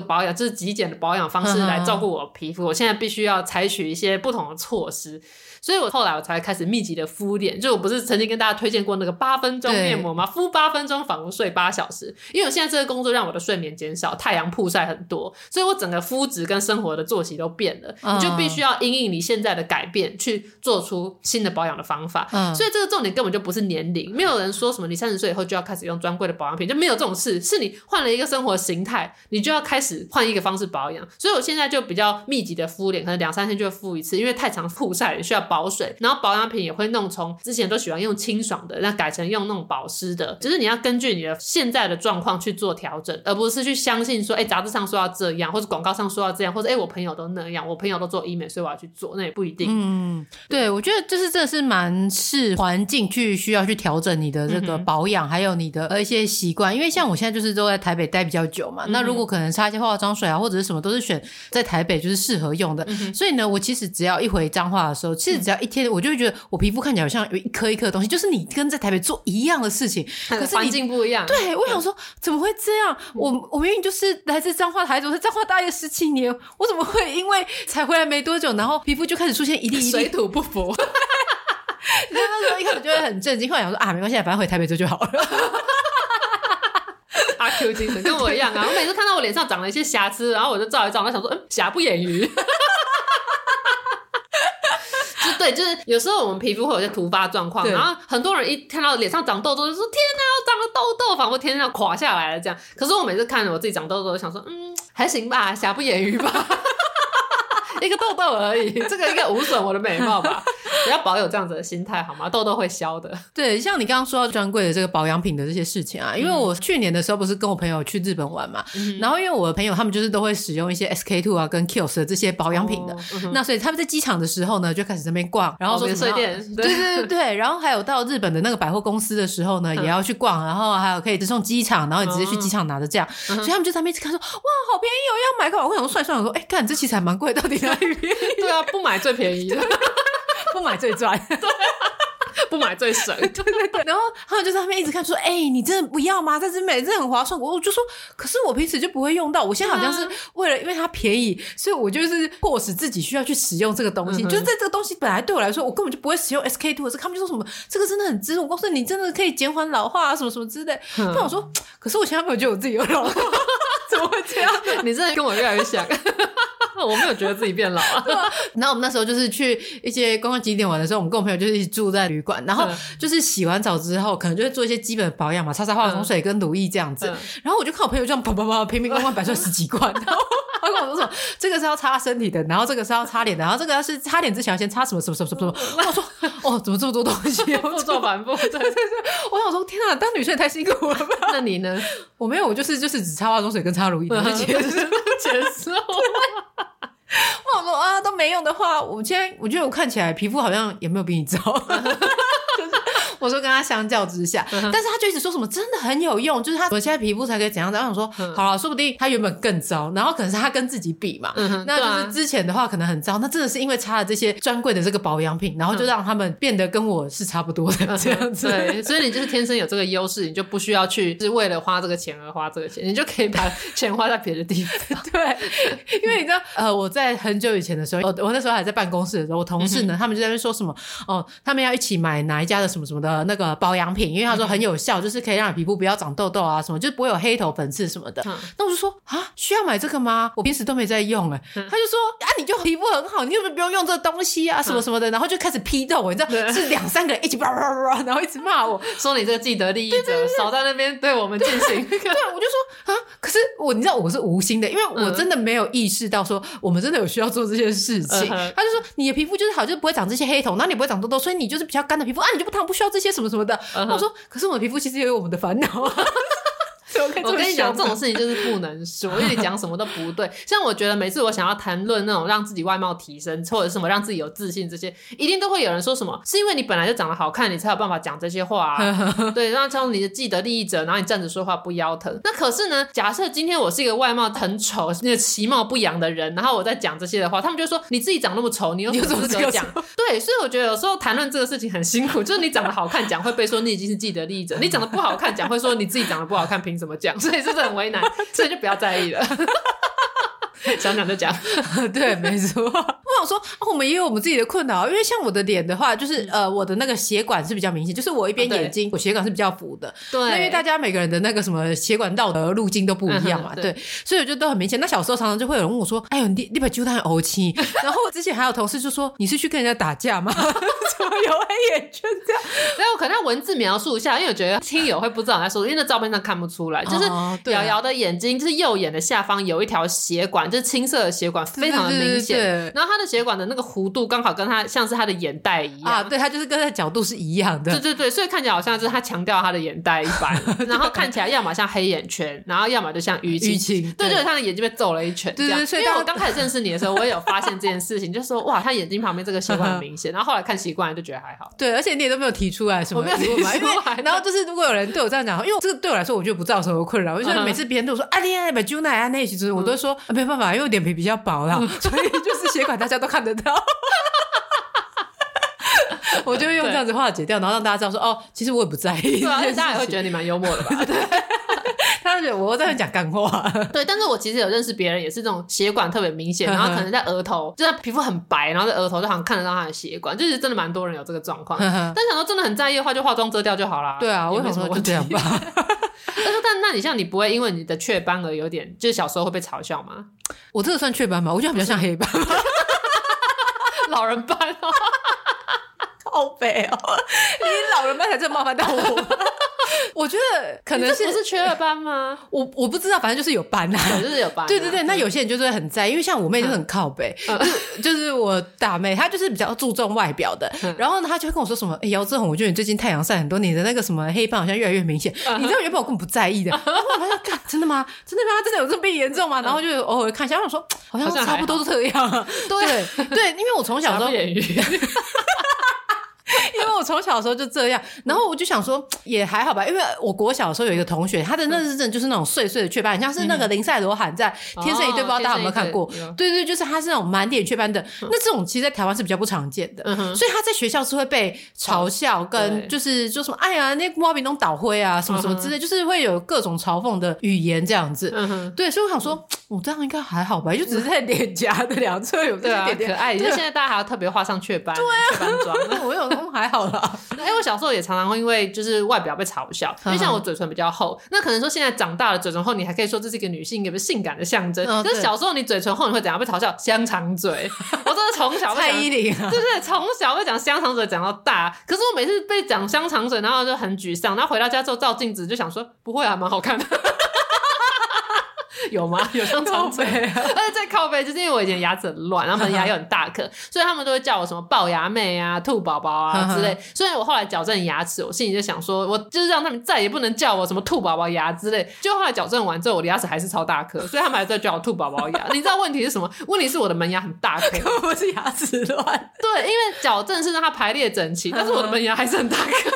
保养，就是极简的保养方式来照顾我的皮肤，我现在必须要采取一些不同的措施。所以我后来我才开始密集的敷脸，就我不是曾经跟大家推荐过那个八分钟面膜吗？敷八分钟仿佛睡八小时。因为我现在这个工作让我的睡眠减少，太阳曝晒很多，所以我整个肤质跟生活的作息都变了、嗯、你就必须要因应你现在的改变去做出新的保养的方法、嗯、所以这个重点根本就不是年龄，没有人说什么你三十岁以后就要开始用专柜的保养品，就没有这种事，是你换了一个生活形态，你就要开始换一个方式保养。所以我现在就比较密集的敷脸，可能两三天就会敷一次，因为太常曝晒需要保水，然后保养品也会弄从之前都喜欢用清爽的，那改成用那种保湿的，就是你要根据你的现在的状况去做调整，而不是去相信说哎，杂志上说要这样，或者广告上说要这样，或者哎，我朋友都那样，我朋友都做医美所以我要去做，那也不一定。 嗯，对，我觉得就是这是蛮视环境去需要去调整你的这个保养、嗯、还有你的呃一些习惯，因为像我现在就是都在台北待比较久嘛、嗯、那如果可能擦一些化妆水啊或者是什么都是选在台北就是适合用的、嗯、所以呢我其实只要一回彰化的时候，其实只要一天我就会觉得我皮肤看起来好像有一颗一颗的东西，就是你跟在台北做一样的事情，可是环境不一样。 对，我想说怎么会这样、嗯、我我明明就是来自彰化的孩子，我在彰化待了十七年，我怎么会因为才回来没多久然后皮肤就开始出现一粒一粒水土不服你那时候一开始就会很震惊，后来想说啊没关系，反正回台北做就好了阿 Q 精神跟我一样啊，我每次看到我脸上长了一些瑕疵，然后我就照一照，我想说嗯，瑕不掩瑜对，就是有时候我们皮肤会有些突发状况，然后很多人一看到脸上长痘痘就说天哪，我长了痘痘，仿佛天要垮下来了这样。可是我每次看着我自己长痘痘就想说嗯，还行吧，瑕不掩瑜吧一个痘痘而已，这个应该无损我的美貌吧不要保有这样子的心态好吗？痘痘会消的。 对，像你刚刚说到专柜的这个保养品的这些事情啊，因为我去年的时候不是跟我朋友去日本玩嘛、嗯、然后因为我的朋友他们就是都会使用一些 S K two 啊跟 Kiehl's 的这些保养品的、哦嗯、那所以他们在机场的时候呢就开始在那边逛，然后说什么、哦、 免税店， 对对对对，然后还有到日本的那个百货公司的时候呢、嗯、也要去逛，然后还有可以直送机场，然后你直接去机场拿着这样、嗯、所以他们就在那边一直看说哇好便宜哦，要买个，我想说算算，我说哎看这其实还蛮贵，到底哪里便宜对啊，不买最便宜的不买最赚对不买最省对对对，然后他们就在那边一直看说哎、欸，你真的不要吗？在这买真的很划算。我就说可是我平时就不会用到，我现在好像是为了因为它便宜，所以我就是迫使自己需要去使用这个东西、嗯、就是在这个东西本来对我来说我根本就不会使用 S K two 的，他们就说什么这个真的很值，我告诉你真的可以减缓老化啊什么什么之类。但我说可是我现在没有觉得我自己有老化怎么会这样你真的跟我越来越像我没有觉得自己变老啊对啊，然后我们那时候就是去一些观光景点玩的时候，我们跟我朋友就是一起住在旅馆，然后就是洗完澡之后可能就会做一些基本保养嘛，擦擦化妆水跟乳液这样子、嗯、然后我就看我朋友这样啪啪啪平平光光摆出来十几罐然后他跟我说什么这个是要擦身体的，然后这个是要擦脸的，然后这个要是擦脸之前要先擦什么什么什么什么什么我说哦怎么这么多东西步骤反复对对对， 我想说天啊当女生也太辛苦了吧那你呢？ 我没有，我就是就是只擦化妆水跟擦乳液然后结束结束我说啊都没用的话，我现在我觉得我看起来皮肤好像也没有比你糟就是我说跟他相较之下、嗯、但是他就一直说什么真的很有用，就是他我现在皮肤才可以怎样怎样，我想说、嗯、好啦说不定他原本更糟，然后可能是他跟自己比嘛、嗯、那就是之前的话可能很糟、啊、那真的是因为擦了这些专柜的这个保养品，然后就让他们变得跟我是差不多的这样子、 嗯、对，所以你就是天生有这个优势，你就不需要去是为了花这个钱而花这个钱，你就可以把钱花在别的地方对，因为你知道呃，我在很久以前的时候我我那时候还在办公室的时候，我同事呢、嗯、他们就在那边说什么哦，他们要一起买哪一家的什么什么的那个保养品，因为他说很有效、嗯、就是可以让你皮肤不要长痘痘啊什么，就是不会有黑头粉刺什么的、嗯、那我就说啊需要买这个吗？我平时都没在用哎、欸嗯、他就说啊你就皮肤很好，你有没有不用用这个东西啊什么什么的、嗯、然后就开始批斗我，你知道是两三个人一起然后一直骂我说你这个既得利益者少在那边对我们进行对, 对我就说啊可是我你知道我是无心的，因为我真的没有意识到说我们真的有需要做这些事情、嗯、他就说你的皮肤就是好，就是不会长这些黑头，然后你不会长痘痘，所以你就是比较干的皮肤啊，你就不烫不需要这些什么什么的、嗯、我说可是我的皮肤其实也有我们的烦恼啊我跟你讲这种事情就是不能说因为你讲什么都不对像我觉得每次我想要谈论那种让自己外貌提升或者什么让自己有自信，这些一定都会有人说什么是因为你本来就长得好看你才有办法讲这些话啊对，然后像你的既得利益者，然后你站着说话不腰疼。那可是呢假设今天我是一个外貌很丑那个其貌不扬的人，然后我在讲这些的话，他们就说你自己长那么丑你有什么资格讲对，所以我觉得有时候谈论这个事情很辛苦，就是你长得好看讲会被说你已经是既得利益者，你长得不好看讲会说你自己长得不好看凭什么讲，所以这是很为难所以就不要在意了想讲就讲对没错。我想说、哦、我们也有我们自己的困扰，因为像我的脸的话就是呃我的那个血管是比较明显，就是我一边眼睛、哦、我血管是比较浮的，对，因为大家每个人的那个什么血管道的路径都不一样嘛、嗯、对, 对，所以我觉得都很明显。那小时候常常就会有人问我说哎呦你你把揪他很欧气然后之前还有同事就说你是去跟人家打架吗怎么有黑眼圈这样。 所以我可能要文字描述一下，因为我觉得听友会不知道我在说，因为那照片上看不出来，就是瑶瑶的眼睛就是右眼的下方有一条血管，就是青色的血管非常的明显，然后他的血管的那个弧度刚好跟他像是他的眼袋一样啊，对，他就是跟他的角度是一样的，对对对，所以看起来好像就是他强调他的眼袋一般然后看起来要么像黑眼圈，然后要么就像淤青，淤青，对，就是他的眼睛被揍了一拳这样。对对对，所以因为我刚开始认识你的时候我也有发现这件事情就是说哇他眼睛旁边这个血管很明显然后后来看习惯了就觉得还好。对，而且你也都没有提出来什么，我没有提出来，因为然后就是如果有人对我这样讲，因为这个对我来说我觉得不造成什么困扰，我就每次别人对我说啊你把揪奶啊那其实我都会说、嗯啊、没办法因为我脸皮比较薄啦、嗯、所以就是血管大家都看得到我就会用这样子化解掉，然后让大家知道说哦其实我也不在意，对啊，大家也会觉得你蛮幽默的吧对他觉得我在讲干话对，但是我其实有认识别人也是这种血管特别明显然后可能在额头就是他皮肤很白然后在额头就好像看得到他的血管，就是真的蛮多人有这个状况但想说真的很在意的话就化妆遮掉就好啦。对啊，我想说就这样吧但那你像你不会因为你的雀斑而有点就是小时候会被嘲笑吗？我这个算雀斑吗？我觉得比较像黑斑老人斑哦靠北哦你老人斑才真冒犯到我我觉得可能是这不是缺二斑吗？我我不知道，反正就是有斑啊，对，就是有斑、啊。对对对，那有些人就是很在意，因为像我妹就很靠北、嗯就是，就是我大妹，她就是比较注重外表的。嗯、然后呢，她就会跟我说什么：“哎、欸，姚志宏，我觉得你最近太阳晒很多，你的那个什么黑斑好像越来越明显。嗯”你知道原本我根本不在意的，然后我发现，干真的吗？真的吗？真的有这么变严重吗？然后就偶尔看一下，我说好像差不多都这样、啊。对对，因为我从小时候。因为我从小的时候就这样，然后我就想说也还好吧，因为我国小的时候有一个同学，他的那是真的就是那种碎碎的雀斑，很像是那个林赛罗韩在《天生一对》，不知道大家有没有看过？对对，就是他是那种满脸雀斑的，那这种其实在台湾是比较不常见的，所以他在学校是会被嘲笑，跟就是就什么哎呀那毛笔弄倒灰啊什么什么之类，就是会有各种嘲讽的语言这样子。对，所以我想说我这样应该还好吧，就只是在脸颊的两侧有这一点点可爱，就现在大家还要特别画上雀斑，对啊，雀斑妆，我有空还好啦。因为我小时候也常常会因为就是外表被嘲笑，因为像我嘴唇比较厚，那可能说现在长大了嘴唇厚，你还可以说这是一个女性一个性感的象征。可是小时候你嘴唇厚，你会怎样被嘲笑？香肠嘴。我真的从小被蔡依林啊，对对，从小被讲香肠嘴讲到大。可是我每次被讲香肠嘴，然后就很沮丧，然后回到家之后照镜子就想说，不会啊，蛮好看的。有吗？有香肠嘴、啊、而且在靠背就是因为我以前牙齿很乱，然后门牙又很大颗所以他们都会叫我什么龅牙妹啊兔宝宝啊之类所以我后来矫正牙齿，我心里就想说我就是让他们再也不能叫我什么兔宝宝牙之类，就后来矫正完之后我的牙齿还是超大颗，所以他们还在叫我兔宝宝牙你知道问题是什么？问题是我的门牙很大颗不是牙齿乱对，因为矫正是让它排列整齐但是我的门牙还是很大颗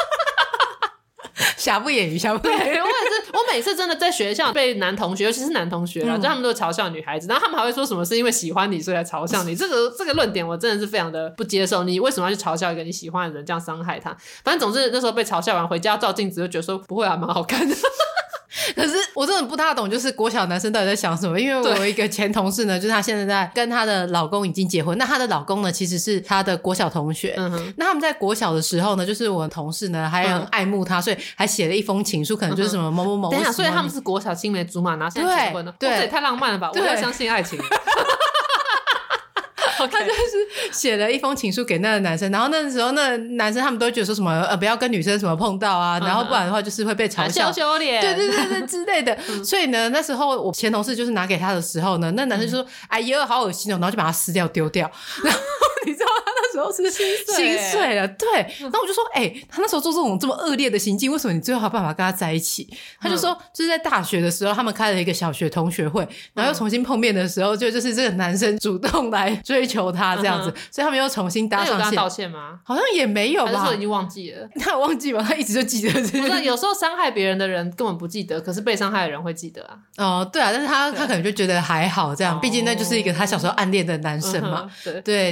瑕不掩瑜，瑕不掩瑜。对，我也是，我每次真的在学校被男同学，尤其是男同学啦、嗯，就他们都嘲笑女孩子，然后他们还会说什么是因为喜欢你所以来嘲笑你，这个这个论点我真的是非常的不接受。你为什么要去嘲笑一个你喜欢的人，这样伤害他？反正总之那时候被嘲笑完，回家照镜子就觉得说不会啊，蛮好看的。可是我真的不大懂就是国小男生到底在想什么，因为我有一个前同事呢，就是她现在在跟她的老公已经结婚，那她的老公呢其实是她的国小同学、嗯、那他们在国小的时候呢，就是我的同事呢还很爱慕她、嗯、所以还写了一封情书，可能就是什么某某某、嗯、等一下，所以他们是国小青梅竹马然后现在结婚了，对，这也太浪漫了吧，我要相信爱情Okay. 他就是写了一封情书给那个男生，然后那时候那男生他们都觉得说什么呃不要跟女生什么碰到啊、嗯、然后不然的话就是会被嘲笑、啊、羞羞脸对对对对之类的、嗯、所以呢那时候我前同事就是拿给他的时候呢，那男生就说、嗯、哎呀好恶心哦，然后就把它撕掉丢掉然后你知道他那时候是心碎心碎了对、嗯、然后我就说哎、欸、他那时候做这种这么恶劣的行径，为什么你最后还有办法跟他在一起？他就说、嗯、就是在大学的时候他们开了一个小学同学会，然后又重新碰面的时候就就是这个男生主动来追求他这样子、嗯、所以他们又重新搭上线。那有跟他道歉吗？好像也没有吧，还是说已经忘记了？他有忘记吗？他一直就记得这件事。不是，有时候伤害别人的人根本不记得，可是被伤害的人会记得啊。哦对啊，但是他他可能就觉得还好这样、哦、毕竟那就是一个他小时候暗恋的男生嘛、嗯、对, 对然后他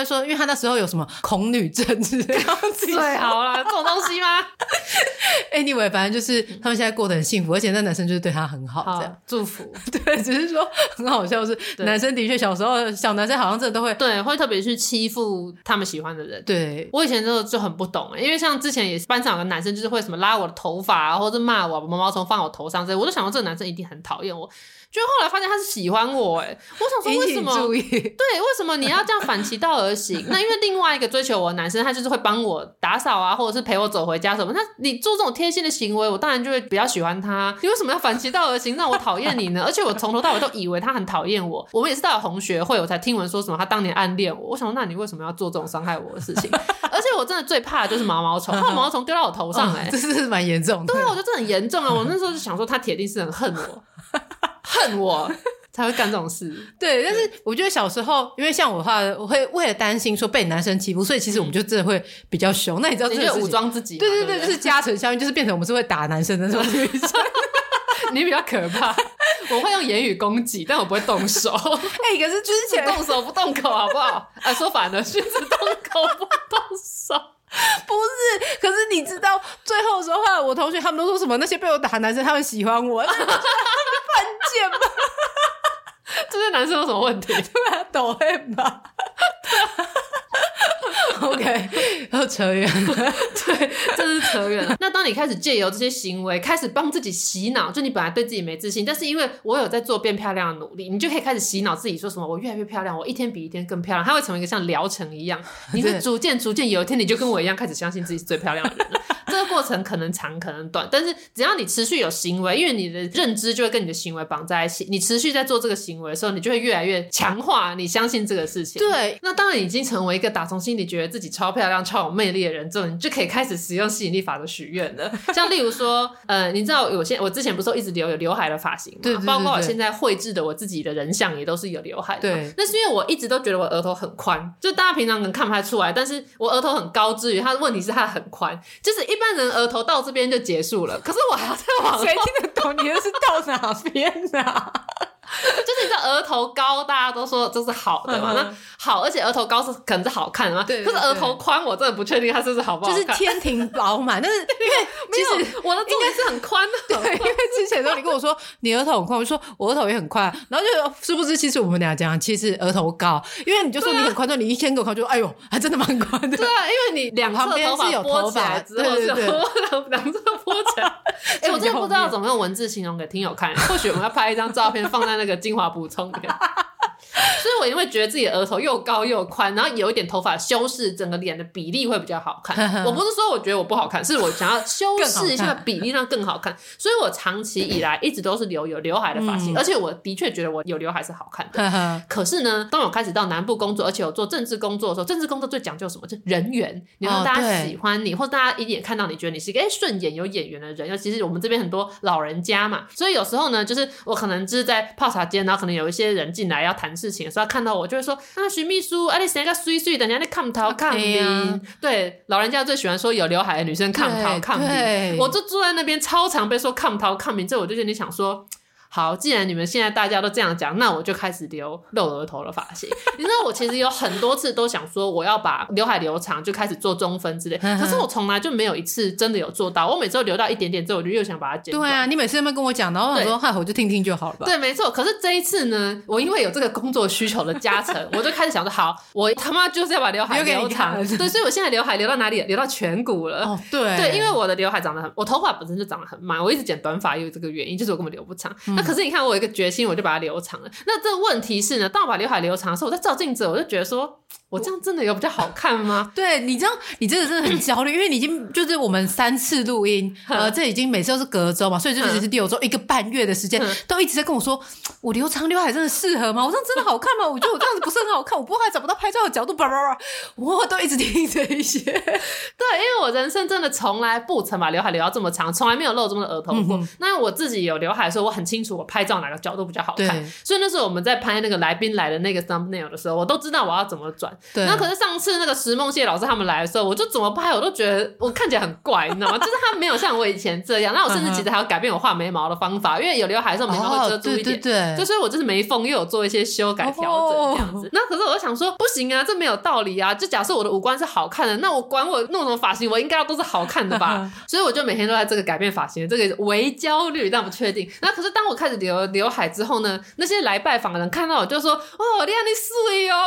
就说，因为他那时候有什么恐女症之类的， 最好啦，这种东西吗 ？Anyway， 反正就是他们现在过得很幸福，而且那男生就是对他很好，这样祝福。 对，只是说很好笑是，男生的确小时候小男生好像真的都会对会特别去欺负他们喜欢的人。对，我以前真的就很不懂、欸，因为像之前也是班上有个男生就是会什么拉我的头发啊，或者骂我毛毛虫放我头上之类，我就想到这个男生一定很讨厌我。就后来发现他是喜欢我，哎，我想说为什么？ 注意对，为什么你要这样反其道而行？那因为另外一个追求我的男生，他就是会帮我打扫啊，或者是陪我走回家什么。那你做这种贴心的行为，我当然就会比较喜欢他。你为什么要反其道而行，让我讨厌你呢？而且我从头到尾都以为他很讨厌我。我们也是到了同学会，我才听闻说什么他当年暗恋我。我想说，那你为什么要做这种伤害我的事情？而且我真的最怕的就是毛毛虫，他毛毛虫丢到我头上、欸，哎、 哦，这是蛮严重的。 对啊，我觉得这很严重啊！我那时候就想说，他铁定是很恨我，恨我。才会干这种事。 对，但是我觉得小时候因为像我的话我会为了担心说被男生欺负，所以其实我们就真的会比较凶。那你知道这个事情， 你就武装自己嘛， 对对对， 对对， 就是加成效应，就是变成我们是会打男生的那种女生。 你比较可怕，我会用言语攻击，但我不会动手。哎、 欸，可是之前动手不动口好不好？啊，说反了，是只动口不动手。 不是，可是你知道最后的时候，后来我同学他们都说什么？那些被我打的男生他们喜欢我，他们犯贱吗？ 这些男生有什么问题？ 对啊，抖 M 吧。OK， 然后扯远了。 对，这是扯远了。那当你开始借由这些行为开始帮自己洗脑，就你本来对自己没自信，但是因为我有在做变漂亮的努力，你就可以开始洗脑自己说什么我越来越漂亮，我一天比一天更漂亮。它会成为一个像疗程一样，你是逐渐逐渐有一天你就跟我一样开始相信自己是最漂亮的人了。这个过程可能长可能短，但是只要你持续有行为，因为你的认知就会跟你的行为绑在一起，你持续在做这个行为的时候，你就会越来越强化你相信这个事情。 对， 那当然已经成为一个打从心里觉得自己超漂亮超有魅力的人之后，你就可以开始使用吸引力法则许愿了。像例如说呃，你知道我现我之前不是都一直留有刘海的发型吗？ 对对对对， 包括我现在绘制的我自己的人像也都是有刘海的。 对， 那是因为我一直都觉得我额头很宽，就大家平常可能看不太出来，但是我额头很高之余，它的问题是它很宽，就是一般人额头到这边就结束了，可是我还要再往后。 谁听得懂你的是到哪边啊？ 就是你知道额头高大家都说这是好的嘛，那好，而且额头高是可能是好看的嘛，对对对，可是额头宽我真的不确定它是不是好不好看， 就是天庭饱满。但是因为其实我的重点是很宽的。 对，因为之前的时候你跟我说你额头很宽，我就说我额头也很宽，然后就殊不知其实我们俩讲其实额头高，因为你就说你很宽，对、啊、你一天给我看就哎呦还真的蛮宽的。 对啊，因为你两侧头发拨起来之后，对对对，两侧拨起来。哎、欸，我真的不知道怎么用文字形容给听友看，或许我们要拍一张照片放在那个精华补充里面。所以我因为觉得自己的额头又高又宽，然后有一点头发修饰，整个脸的比例会比较好看。我不是说我觉得我不好看，是我想要修饰一下比例让更好看。所以我长期以来一直都是留有刘海的发型、嗯、而且我的确觉得我有刘海是好看的。可是呢，当我开始到南部工作，而且有做政治工作的时候，政治工作最讲究什么？就人缘，你让大家喜欢你、哦、或者大家一眼看到你觉得你是一个顺眼有眼缘的人。尤其是我们这边很多老人家嘛，所以有时候呢，就是我可能就是在泡茶间，然后可能有一些人进来要谈事情的时候，看到我就会说啊，徐秘书啊，你生个水水的，人家在看头看面。对，老人家最喜欢说有刘海的女生看头看面。我就坐在那边超常被说看头看面，这我就觉得你想说好，既然你们现在大家都这样讲，那我就开始留露额头的发型。你知道我其实有很多次都想说我要把刘海留长，就开始做中分之类，可是我从来就没有一次真的有做到。我每次都留到一点点之后，我就又想把它剪短。 对啊，你每次都没跟我讲，然后我说嗨，我就听听就好了吧。 对，没错。可是这一次呢，我因为有这个工作需求的加成，我就开始想说，好，我他妈就是要把刘海留长。对，所以我现在刘海留到哪里了？留到颧骨了。哦，对，对，因为我的刘海长得很，我头发本身就长得很慢，我一直剪短发也有这个原因，就是我根本留不长。嗯、那可是你看，我有一个决心，我就把它留长了。那这个问题是呢，当我把刘海留长的时候，我在照镜子，我就觉得说，我这样真的有比较好看吗？ 对，你知道，你真的真的很焦虑，因为你已经就是我们三次录音，呃，这已经每次都是隔周嘛，所以就只是六周一个半月的时间，都一直在跟我说，我留长刘海真的适合吗？我这样真的好看吗？我觉得我这样子不是很好看，我不会还找不到拍照的角度，叭叭叭，我都一直听这一些。对，因为我人生真的从来不曾把刘海留到这么长，从来没有露这么多额头过。嗯、那我自己有刘海的时候，我很清楚。 楚我拍照哪个角度比较好看，所以那时候我们在拍那个来宾来的那个 thumbnail 的时候，我都知道我要怎么转。然后可是上次那个石梦谢老师他们来的时候，我就怎么拍我都觉得我看起来很怪，你知道吗？就是他没有像我以前这样，那我甚至其实还要改变我画眉毛的方法，因为有刘海的时候眉毛会遮住一点，哦、对对对，就所以我就是眉缝又有做一些修改调整这样子。那、哦、可是我就想说不行啊，这没有道理啊！就假设我的五官是好看的，那我管我弄什么发型，我应该要都是好看的吧？所以我就每天都在这个改变发型的这个微焦虑，但不确定。那可是当我开始留刘海之后呢，那些来拜访的人看到我就说：“哦，你看你水哦。”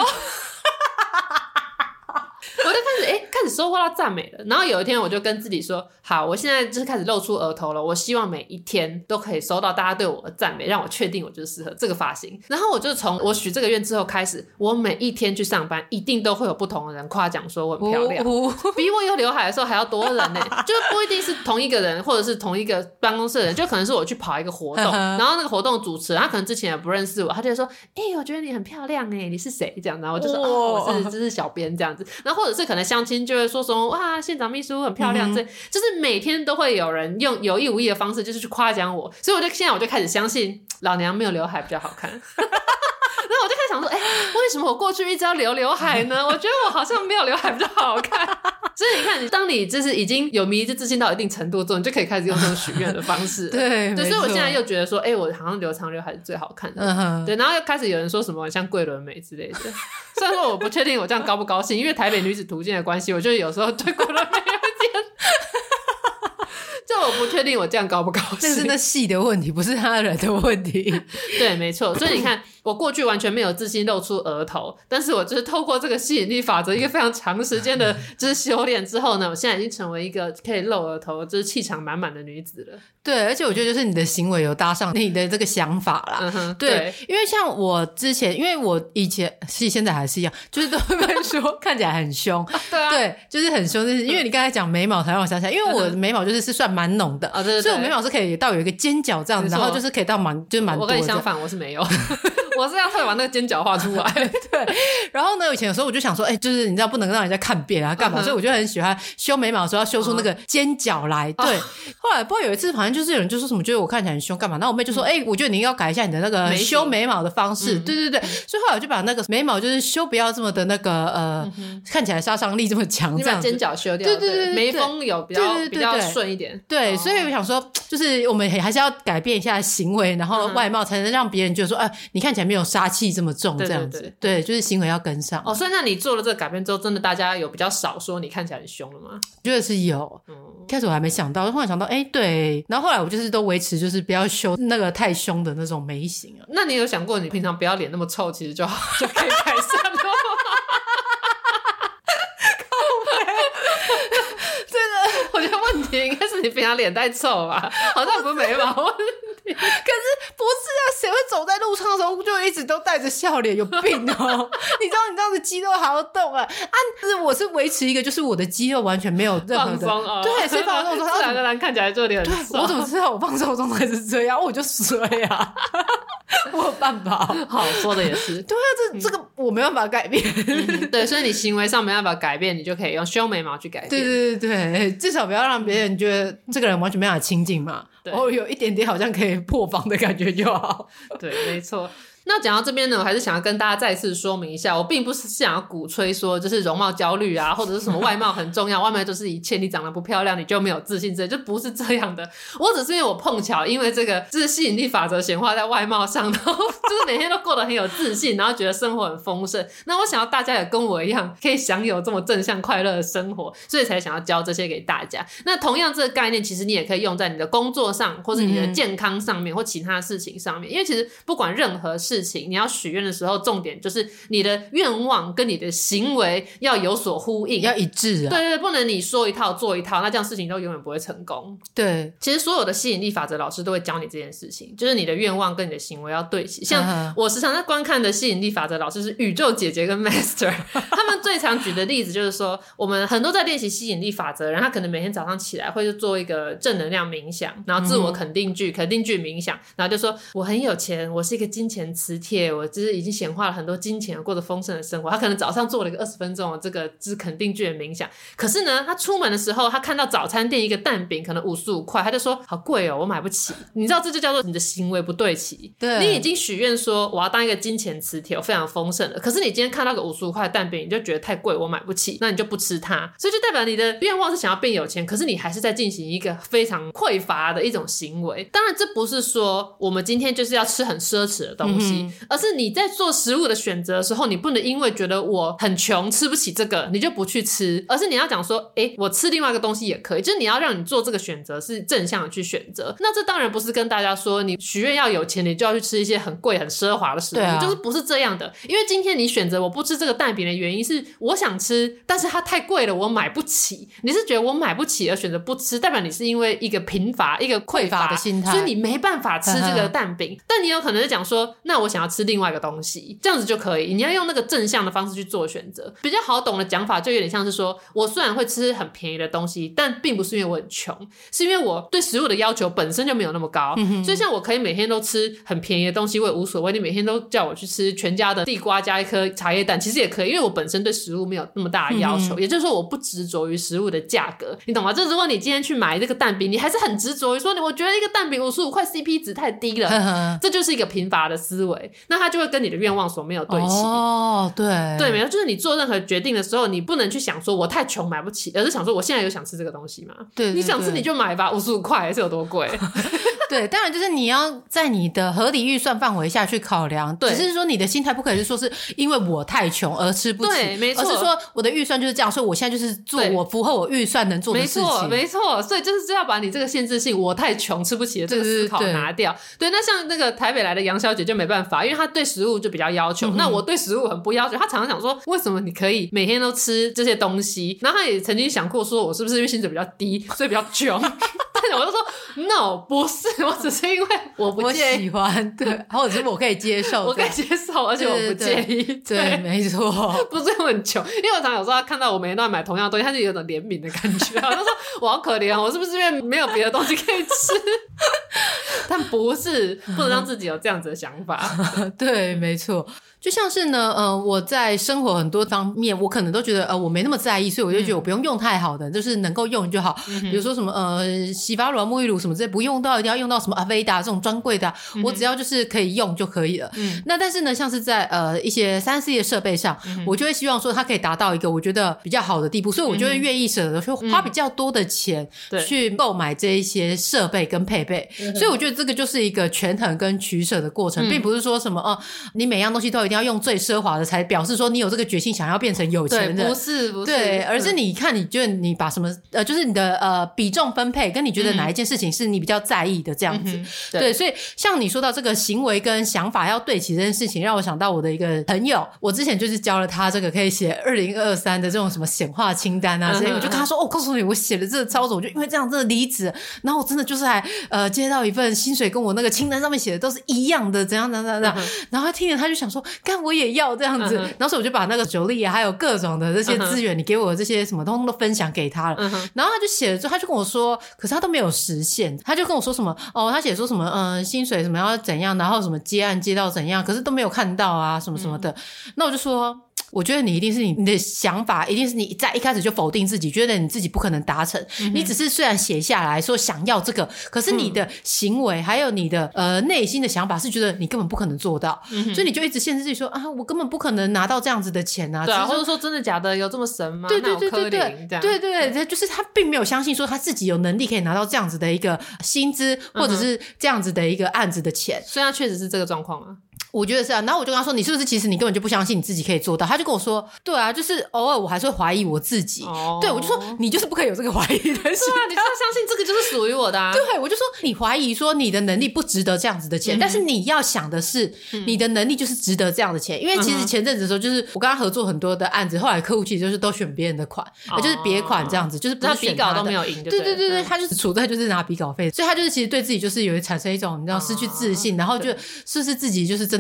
我就开始哎，开始收获到赞美了。然后有一天我就跟自己说，好，我现在就是开始露出额头了，我希望每一天都可以收到大家对我的赞美，让我确定我就是适合这个发型。然后我就从我许这个愿之后开始，我每一天去上班一定都会有不同的人夸奖说我很漂亮，哦哦、比我有刘海的时候还要多人呢、欸。就不一定是同一个人或者是同一个办公室的人，就可能是我去跑一个活动，然后那个活动主持人他可能之前也不认识我，他就说哎、欸，我觉得你很漂亮哎、欸，你是谁这样，然后我就说、哦、哦我是就是小编这样子。然后或者是可能相亲就会说什么哇县长秘书很漂亮、嗯、这就是每天都会有人用有意无意的方式就是去夸奖我，所以我就现在我就开始相信老娘没有刘海比较好看。然后我就开始想说哎、欸，为什么我过去一直要留刘海呢？我觉得我好像没有刘海比较好看。所以你看当你就是已经有迷之自信到一定程度之后，你就可以开始用这种许愿的方式。对对，所以我现在又觉得说哎、欸，我好像留长刘海是最好看的、嗯、对，然后又开始有人说什么像桂纶镁之类的。虽然说我不确定我这样高不高兴，因为台北女子图鉴的关系，我就有时候对桂纶镁有点就我不确定我这样高不高兴， 这是那戏的问题，不是他人的问题。 对，没错。所以你看我过去完全没有自信露出额头，但是我就是透过这个吸引力法则一个非常长时间的就是修炼之后呢，我现在已经成为一个可以露额头就是气场满满的女子了。 对，而且我觉得就是你的行为有搭上你的这个想法啦。嗯哼，对，对，因为像我之前，因为我以前其实现在还是一样，就是都会被说看起来很凶。对啊，对，就是很凶。就是因为你刚才讲眉毛才让我想起来，因为我的眉毛就是是算蛮浓的、嗯、对对对，所以我眉毛是可以到有一个尖角这样子，然后就是可以到蛮就是蛮多的。 我跟你相反，我是没有。我是要特别把那个尖角画出来。 对，然后呢以前有时候我就想说哎、欸，就是你知道不能让人家看扁啊干嘛、嗯、所以我就很喜欢修眉毛的时候要修出那个尖角来、嗯、对、哦、后来不知道有一次好像就是有人就说什么觉得我看起来很凶干嘛，然后我妹就说哎、嗯欸，我觉得你应该要改一下你的那个修眉毛的方式、嗯、对对对，所以后来我就把那个眉毛就是修不要这么的那个呃、嗯、看起来杀伤力这么强，这样子你把尖角修掉，对对 对, 对, 对，眉峰有比较对对对对比较顺一点， 对、哦、所以我想说就是我们还是要改变一下行为，然后外貌才能让别人觉得说哎、呃，你看起来没有杀气这么重，这样子。对对 对, 对，就是行为要跟上。 哦，所以那你做了这个改变之后，真的大家有比较少说你看起来很凶了吗？ 觉得是有。嗯，开始我还没想到，后来想到，哎、欸，对。然后后来我就是都维持，就是不要修那个太凶的那种眉形啊。 那你有想过，你平常不要脸那么臭，其实就好就可以改善了？我觉得问题应该是你平常脸太臭吧，好像不是眉毛问题。 可是不是啊，谁会走在路上的时候就一直都带着笑脸？有病哦！你知道你这样子肌肉还要动啊？啊，是我是维持一个，就是我的肌肉完全没有任何的放松啊。 对，谁放松？ 自然而然看起来就脸很瘦。 我怎么知道我放松的状态是这样？我就衰啊！我有办法。 好，说的也是。 对啊，这、嗯、这个我没办法改变、 嗯。对，所以你行为上没办法改变，你就可以用修眉毛去改变。 对对对对，至少不要让别人觉得这个人完全没办法亲近嘛。哦，有一点点好像可以破防的感觉就好。 对，没错。那讲到这边呢，我还是想要跟大家再次说明一下，我并不是想要鼓吹说就是容貌焦虑啊，或者是什么外貌很重要，外貌就是一切，你长得不漂亮你就没有自信之类，就不是这样的。我只是因为我碰巧因为这个就是吸引力法则显化在外貌上，然后就是每天都过得很有自信，然后觉得生活很丰盛。那我想要大家也跟我一样可以享有这么正向快乐的生活，所以才想要教这些给大家。那同样这个概念其实你也可以用在你的工作上，或是你的健康上面、嗯、或其他事情上面。因为其实不管任何事情你要许愿的时候，重点就是你的愿望跟你的行为要有所呼应， 要一致啊。对对，不能你说一套做一套，那这样事情都永远不会成功。 对， 其实所有的吸引力法则老师都会教你这件事情，就是你的愿望跟你的行为要对齐。像我时常在观看的吸引力法则老师是宇宙姐姐跟 Master 他们最常举的例子就是说，我们很多在练习吸引力法则人，他可能每天早上起来会做一个正能量冥想，然后自我肯定句、嗯、肯定句冥想，然后就说我很有钱，我是一个金钱磁铁，我就是已经显化了很多金钱，过着丰盛的生活。他可能早上做了一个二十分钟的这个就是肯定句的冥想，可是呢他出门的时候他看到早餐店一个蛋饼可能五十五块，他就说好贵哦，我买不起。你知道这就叫做你的行为不对齐。 对， 你已经许愿说我要当一个金钱磁铁，我非常丰盛的，可是你今天看到个五十五块的蛋饼，你就觉得太贵，我买不起，那你就不吃它。所以就代表你的愿望是想要变有钱，可是你还是在进行一个非常匮乏的一种行为。当然这不是说我们今天就是要吃很奢侈的东西、嗯、而是你在做食物的选择的时候，你不能因为觉得我很穷吃不起这个你就不去吃，而是你要讲说诶我吃另外一个东西也可以，就是你要让你做这个选择是正向的去选择。那这当然不是跟大家说你许愿要有钱你就要去吃一些很贵很奢华的食物、啊、就是不是这样的。因为今天你选择我不吃这个蛋饼的原因是我想吃，但是它太贵了我买不起，你是觉得我买不起而选择不吃，代表你是因为一个贫乏一个匮乏的心态， 所以你没办法吃这个蛋饼但你有可能是讲说那我想要吃另外一个东西，这样子就可以。你要用那个正向的方式去做选择。比较好懂的讲法就有点像是说我虽然会吃很便宜的东西，但并不是因为我很穷，是因为我对食物的要求本身就没有那么高、嗯、所以像我可以每天都吃很便宜的东西我也无所谓，你每天都叫我去吃全家的地瓜加一颗茶叶蛋其实也可以，因为我本身对食物没有那么大的要求、嗯、也就是说我不执着于食物的价格，你懂吗？就是如果你今天去买这个蛋饼，你还是很执着于说我觉得一个蛋饼五十五块 C P 值太低了呵呵，这就是一个贫乏的思维，那它就会跟你的愿望所没有对齐。 哦，对对，没有，就是你做任何决定的时候你不能去想说我太穷买不起，而是想说我现在有想吃这个东西吗？ 对，对，对， 你想吃你就买吧，五十五块是有多贵对，当然就是你要在你的合理预算范围下去考量，对，只是说你的心态不可以是说是因为我太穷而吃不起， 对，没错， 而是说我的预算就是这样，所以我现在就是做我符合我预算能做的事情。没错没错，所以就是要把你这个限制性我太穷吃不起的这个思考拿掉。 对, 对, 对, 对，那像那个台北来的杨小姐就没办法，因为她对食物就比较要求、嗯、那我对食物很不要求，她常常想说为什么你可以每天都吃这些东西，然后她也曾经想过说我是不是因为薪水比较低所以比较穷但是我就说 no 不是，我只是因为我不介意， 我喜欢，对，或者是我可以接受我可以接受而且我不介意， 对, 对, 对, 对没错， 不是因为我很穷，因为我常常有时候看到我每天都在买同样的东西，他就有种怜悯的感觉我就说我好可怜，我是不是因为没有别的东西可以吃但不是，不能让自己有这样子的想法对没错，就像是呢呃，我在生活很多方面我可能都觉得呃我没那么在意，所以我就觉得我不用用太好的、嗯、就是能够用就好、嗯、比如说什么呃洗发乳沐浴乳什么之类，不用到一定要用到什么 Aveda 这种专柜的、啊嗯、我只要就是可以用就可以了、嗯、那但是呢像是在呃一些 三 C 的设备上、嗯、我就会希望说它可以达到一个我觉得比较好的地步，所以我就会愿意舍得去花比较多的钱去购买这一些设备跟配备、嗯、所以我觉得这个就是一个权衡跟取舍的过程、嗯、并不是说什么哦、呃，你每样东西都一定要用最奢华的才表示说你有这个决心想要变成有钱人， 对，不是不是， 对，而是你看你觉得你把什么呃，就是你的呃比重分配跟你觉得哪一件事情是你比较在意的这样子、嗯、对, 对，所以像你说到这个行为跟想法要对齐这件事情，让我想到我的一个朋友，我之前就是教了他这个可以写二零二三的这种什么显化清单啊，所以我就跟他说哦，告诉你我写了这个操作，我就因为这样真的离职，然后我真的就是还呃接到一份薪水跟我那个清单上面写的都是一样的，怎样怎样怎样、嗯、然后他听了他就想说干我也要这样子、嗯、然后所以我就把那个酒力啊还有各种的这些资源、嗯、你给我的这些什么通通都分享给他了、嗯、然后他就写了之后他就跟我说可是他都没有实现，他就跟我说什么哦，他写说什么嗯、呃、薪水什么要怎样，然后什么接案接到怎样，可是都没有看到啊什么什么的、嗯、那我就说我觉得你一定是你你的想法一定是你在一开始就否定自己，觉得你自己不可能达成、嗯、你只是虽然写下来说想要这个，可是你的行为还有你的呃内心的想法是觉得你根本不可能做到、嗯、所以你就一直限制自己说啊我根本不可能拿到这样子的钱啊， 对啊，或者说真的假的有这么神吗？ 对对对对对对对对，就是他并没有相信说他自己有能力可以拿到这样子的一个薪资、嗯、或者是这样子的一个案子的钱， 所以他确实是这个状况啊， 我觉得是啊。然后我就跟他说你是不是其实你根本就不相信你自己可以做到，他就跟我说对啊，就是偶尔我还是会怀疑我自己、哦、对，我就说你就是不可以有这个怀疑的心态，对啊， 你就要相信这个就是属于我的啊， 对，我就说你怀疑说你的能力不值得这样子的钱、嗯、但是你要想的是、嗯、你的能力就是值得这样的钱，因为其实前阵子的时候就是我跟他合作很多的案子，后来客户其实就是都选别人的款、哦、就是别款这样子，就是不是选他的， 他比稿都没有赢， 对对对对，他就是处在就是拿比稿费，所以他就是其实对自己就是有产生一种你知道失去自信、哦、然后就是不是自己就是真的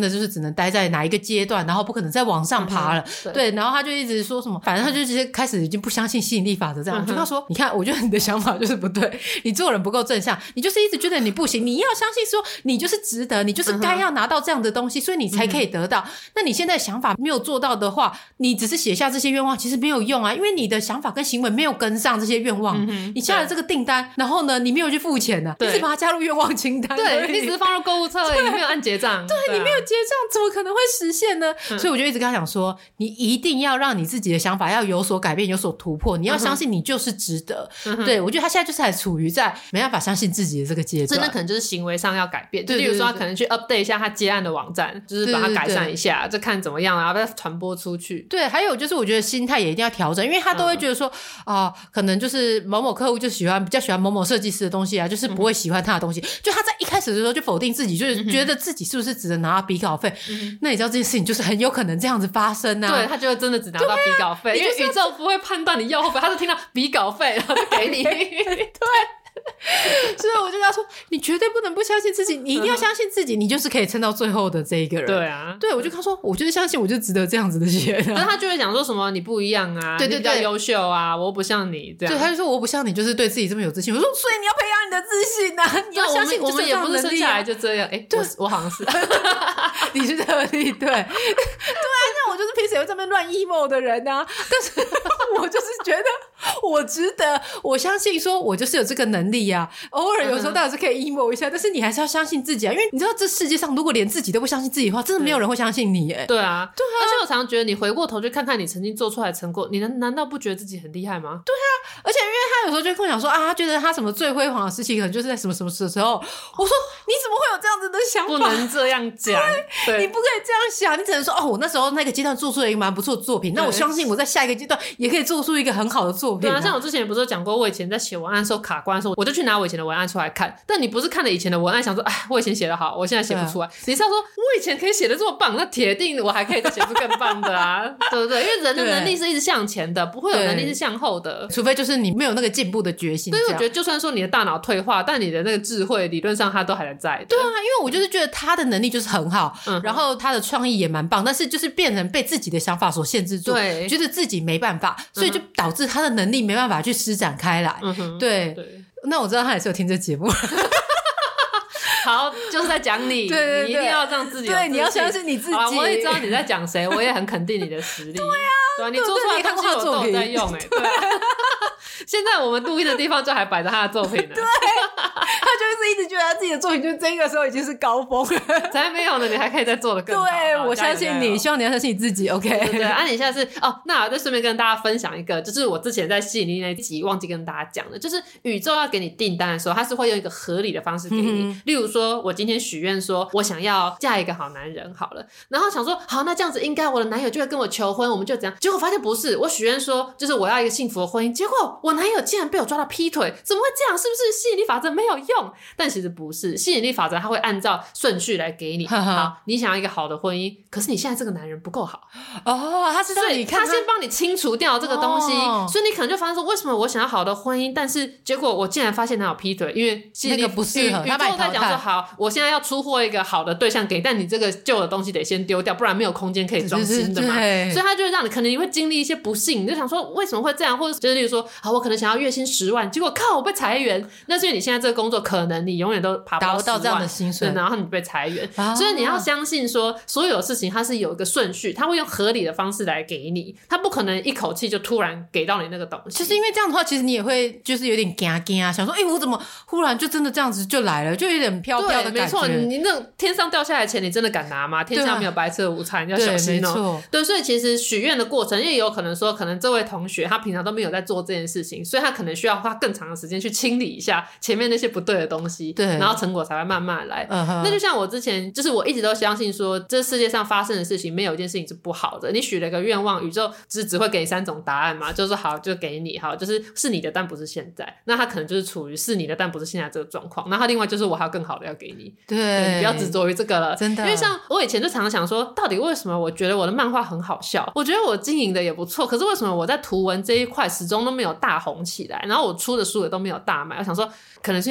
的就是只能待在哪一个阶段，然后不可能再往上爬了、嗯、对, 对，然后他就一直说什么，反正他就直接开始已经不相信吸引力法则这样、嗯、就跟他说你看我觉得你的想法就是不对，你做人不够正向，你就是一直觉得你不行，你要相信说你就是值得，你就是该要拿到这样的东西、嗯、所以你才可以得到、嗯、那你现在想法没有做到的话，你只是写下这些愿望其实没有用啊，因为你的想法跟行为没有跟上这些愿望、嗯、你下了这个订单然后呢你没有去付钱呢，你只把它加入愿望清单， 对，你只是放入购物车而已，你没有按结账， 对, 对、啊、你没有结账怎么可能会实现呢、嗯、所以我就一直跟他讲说你一定要让你自己的想法要有所改变有所突破，你要相信你就是值得、嗯、对，我觉得他现在就是还处于在没办法相信自己的这个阶段， 真的可能就是行为上要改变，就例如说他可能去 update 一下他接案的网站，就是把它改善一下，就看怎么样然后再传播出去。 对，还有就是我觉得心态也一定要调整，因为他都会觉得说啊、嗯呃，可能就是某某客户就喜欢比较喜欢某某设计师的东西啊，就是不会喜欢他的东西、嗯、就他在一开始的时候就否定自己，就是觉得自己是不是只能拿到比稿费、嗯、那你知道这件事情就是很有可能这样子发生啊， 对，他就会真的只拿到比稿费、啊、因为宇宙不会判断你要会不会，他是听到比稿费然后就给你对所以我就跟他说你绝对不能不相信自己，你一定要相信自己、嗯、你就是可以撑到最后的这一个人。 对啊， 对，我就跟他说我就是相信我就值得这样子的钱、啊、 但他就会讲说什么你不一样啊，对对对，你比较优秀啊，我不像你这样， 对，他就说我不像你就是对自己这么有自信，我说所以你要培养你的自信啊，你要相信你就是有这样的能力、啊、我们也不是生下来就这样，哎，我我好像是你是特例，对对啊，像我就是平时也会在那边乱 emo 的人啊，但是我就是觉得我值得，我相信说我就是有这个能力啊，偶尔有时候当然是可以 emo 一下、嗯、但是你还是要相信自己啊，因为你知道这世界上如果连自己都不相信自己的话，真的没有人会相信你耶。 对啊，对啊，而且我常常觉得你回过头去看看你曾经做出来的成果，你难难道不觉得自己很厉害吗？ 对啊，而且因为他有时候就会跟我讲说啊，他觉得他什么最辉煌的事情可能就是在什么什么时候，我说你怎么会有这样子的想法， 不能这样讲， 对，你不可以这样想，你只能说哦，我那时候那个阶段做出了一个蛮不错的作品，那我相信我在下一个阶段也可以做出一个很好的作品、啊、 对啊，像我之前也不是有讲过，我以前在写文案的时候卡关的时候，我就去拿我以前的文案出来看，但你不是看了以前的文案想说哎，我以前写的好，我现在写不出来、啊、你是要说我以前可以写的这么棒，那铁定我还可以再写出更棒的啊对不对？因为人的能力是一直向前的，不会有能力是向后的， 除非就是你没有那个进步的决心。 所以我觉得就算说你的大脑退化，但你的那个智慧理论上它都还在的。 对啊，因为我就是觉得他的能力就是很好、嗯、然后他的创意也蛮棒，但是就是变成被自己的想法所限制住，对，觉得自己没办法，所以就导致他的能力没办法去施展开来、嗯、对, 对那我知道他也是有听这节目好，就是在讲你对对对， 你一定要让自己有自信， 对，你要相信你自己。 我也知道你在讲谁，我也很肯定你的实力对啊，对啊，你做出来的东西我都有在用欸对啊现在我们录音的地方就还摆着他的作品呢对， 他就是一直觉得他自己的作品就是这个时候已经是高峰了才没有呢，你还可以再做得更好。 对，我相信你，希望你要相信你自己 OK 对对对啊，你现在是哦，那我就顺便跟大家分享一个，就是我之前在吸引力那一集忘记跟大家讲的，就是宇宙要给你订单的时候，它是会用一个合理的方式给你、嗯、例如说我今天许愿说我想要嫁一个好男人好了，然后想说好，那这样子应该我的男友就会跟我求婚，我们就怎样，结果发现不是，我许愿说就是我要一个幸福的婚姻，结果我男友竟然被我抓到劈腿，怎么会这样？是不是吸引力法则没有用？但其实不是，吸引力法则它会按照顺序来给你好，你想要一个好的婚姻，可是你现在这个男人不够好哦，他知道你看他， 他先帮你清除掉这个东西、哦、所以你可能就发现说为什么我想要好的婚姻，但是结果我竟然发现男友劈腿，因为吸引力、 那个不适合， 宇宙在讲说好，我现在要出货一个好的对象给你，但你这个旧的东西得先丢掉，不然没有空间可以装新的嘛，所以他就会让你可能你会经历一些不幸，你就想说为什么会这样，或者就是例如说好，我可能想要月薪十万，结果靠我被裁员，那是因为你现在这个工作可能你永远都爬不到十万，达不到这样的薪水， 然后你被裁员、啊、所以你要相信说所有的事情它是有一个顺序，它会用合理的方式来给你，它不可能一口气就突然给到你那个东西。 就是因为这样的话其实你也会就是有点怕怕，想说哎、欸，我怎么忽然就真的这样子就来了，就有点飘飘的感觉。 对，没错，你那天上掉下来的钱你真的敢拿吗？天下没有白吃的午餐，你要小心哦、喔。对，没错。对，所以其实许愿的过程，因为有可能说可能这位同学他平常都没有在做这件事情，所以他可能需要花更长的时间去清理一下前面那些不对的东西，对，然后成果才会慢慢来、uh-huh. 那就像我之前就是我一直都相信说这世界上发生的事情没有一件事情是不好的，你许了个愿望，宇宙只只会给你三种答案嘛，就是好就给你好，就是是你的但不是现在，那他可能就是处于是你的但不是现在这个状况，那他另外就是我还有更好的要给你， 对, 对你不要执着于这个了，真的。因为像我以前就常常想说到底为什么我觉得我的漫画很好笑，我觉得我经营的也不错，可是为什么我在图文这一块始终都没有大红起来，然后我出的书也都没有大卖，我想说可能是宇宙跟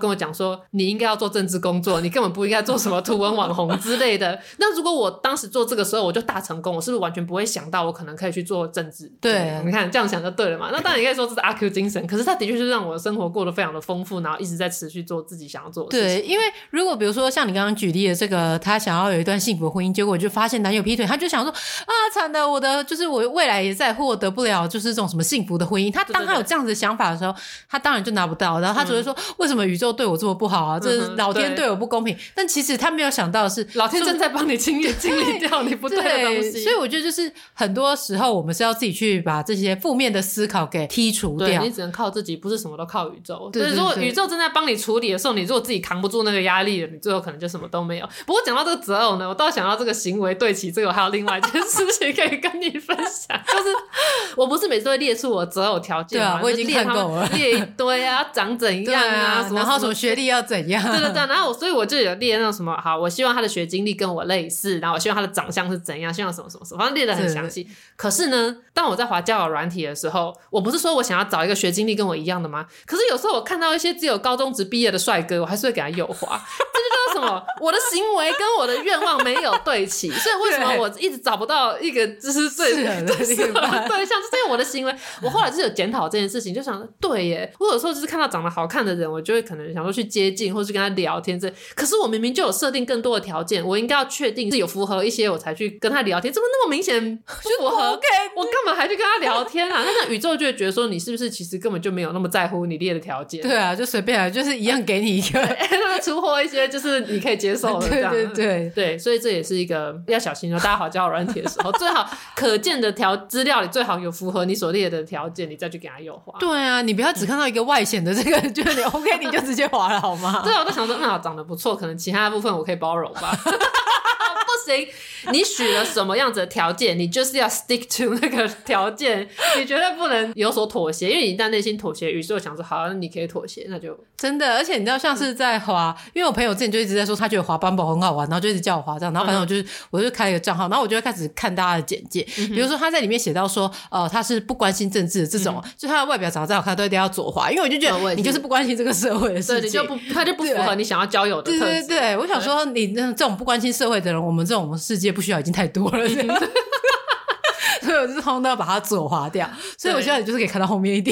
跟我讲说你应该要做政治工作，你根本不应该做什么图文网红之类的。那如果我当时做这个时候我就大成功，我是不是完全不会想到我可能可以去做政治？ 对， 你看这样想就对了嘛。那当然你可以说这是阿 Q 精神，可是它的确是让我的生活过得非常的丰富，然后一直在持续做自己想要做的事情。 对，因为如果比如说像你刚刚举例的这个，他想要有一段幸福的婚姻，结果就发现男友劈腿，他就想说啊惨的，我的就是我未来也再获得不了就是这种什么幸福的婚姻。他当他有这样子的想法的时候，他当然就拿不到，然后他只会说、嗯、为什么宇宙对我这么不好啊，这是老天对我不公平、嗯、但其实他没有想到的是老天正在帮你清理清理掉你不对的东西。 所以我觉得就是很多时候我们是要自己去把这些负面的思考给剔除掉。 对，你只能靠自己，不是什么都靠宇宙。对对对，如果宇宙正在帮你处理的时候，你如果自己扛不住那个压力了，你最后可能就什么都没有。不过讲到这个择偶呢，我倒想到这个行为对齐，这个我还有另外一件事情可以跟你分享。就是我不是每次会列出我择偶条件吗？ 对啊，我已经看够了， 列一堆啊，长怎样啊，什么然后什么学历要怎样， 对对对，然后我所以我就有列那种什么，好，我希望他的学经历跟我类似，然后我希望他的长相是怎样，希望什么什么什么，反正列得很详细。可是呢，当我在滑交友软体的时候，我不是说我想要找一个学经历跟我一样的吗？可是有时候我看到一些只有高中职毕业的帅哥，我还是会给他右滑。这就叫什么？我的行为跟我的愿望没有对齐，所以为什么我一直找不到一个就是最适合的对象？ 对，像是因为我的行为，我后来就是有检讨这件事情，就想对耶，我有时候就是看到长得好看的人，我就会可能想说去接近，或是跟他聊天这，可是我明明就有设定更多的条件，我应该要确定是有符合一些我才去跟他聊天，怎么那么明显不符合？ OK， 我干嘛还去跟他聊天啊？那宇宙就会觉得说你是不是其实根本就没有那么在乎你列的条件？ 对啊，就随便啊，就是一样给你一个， 出货一些就是你可以接受的这样。 对对对对，所以这也是一个要小心哦。大家好交友软体的时候，最好可见的条资料里最好有符合你所列的条件，你再去给他右滑。 对啊，你不要只看到一个外显的这个，就是你 OK 你就直接滑了好吗？ 对啊，我都想说那长得不错，可能其他的部分我可以包容吧。不行，你许了什么样子的条件，你就是要 stick to 那个条件，你绝对不能有所妥协，因为你一旦内心妥协，于是我想说好，那你可以妥协，那就真的。而且你知道像是在滑、嗯、因为我朋友之前就一直在说他觉得滑 Bumble 很好玩，然后就一直叫我滑这样，然后反正我就、嗯、我就开了一个账号，然后我就会开始看大家的简介、嗯、比如说他在里面写到说呃他是不关心政治的这种、嗯、就他的外表长得再好看都一定要左滑，因为我就觉得你就是不关心这个社会的事情，对， 你就不他就不符合你想要交友的特质。 对对对，我想说你这种不关心社会的人，我们这种世界不需要已经太多了。所以我就是通通都要把它左滑掉，所以我现在就是可以看到后面一点。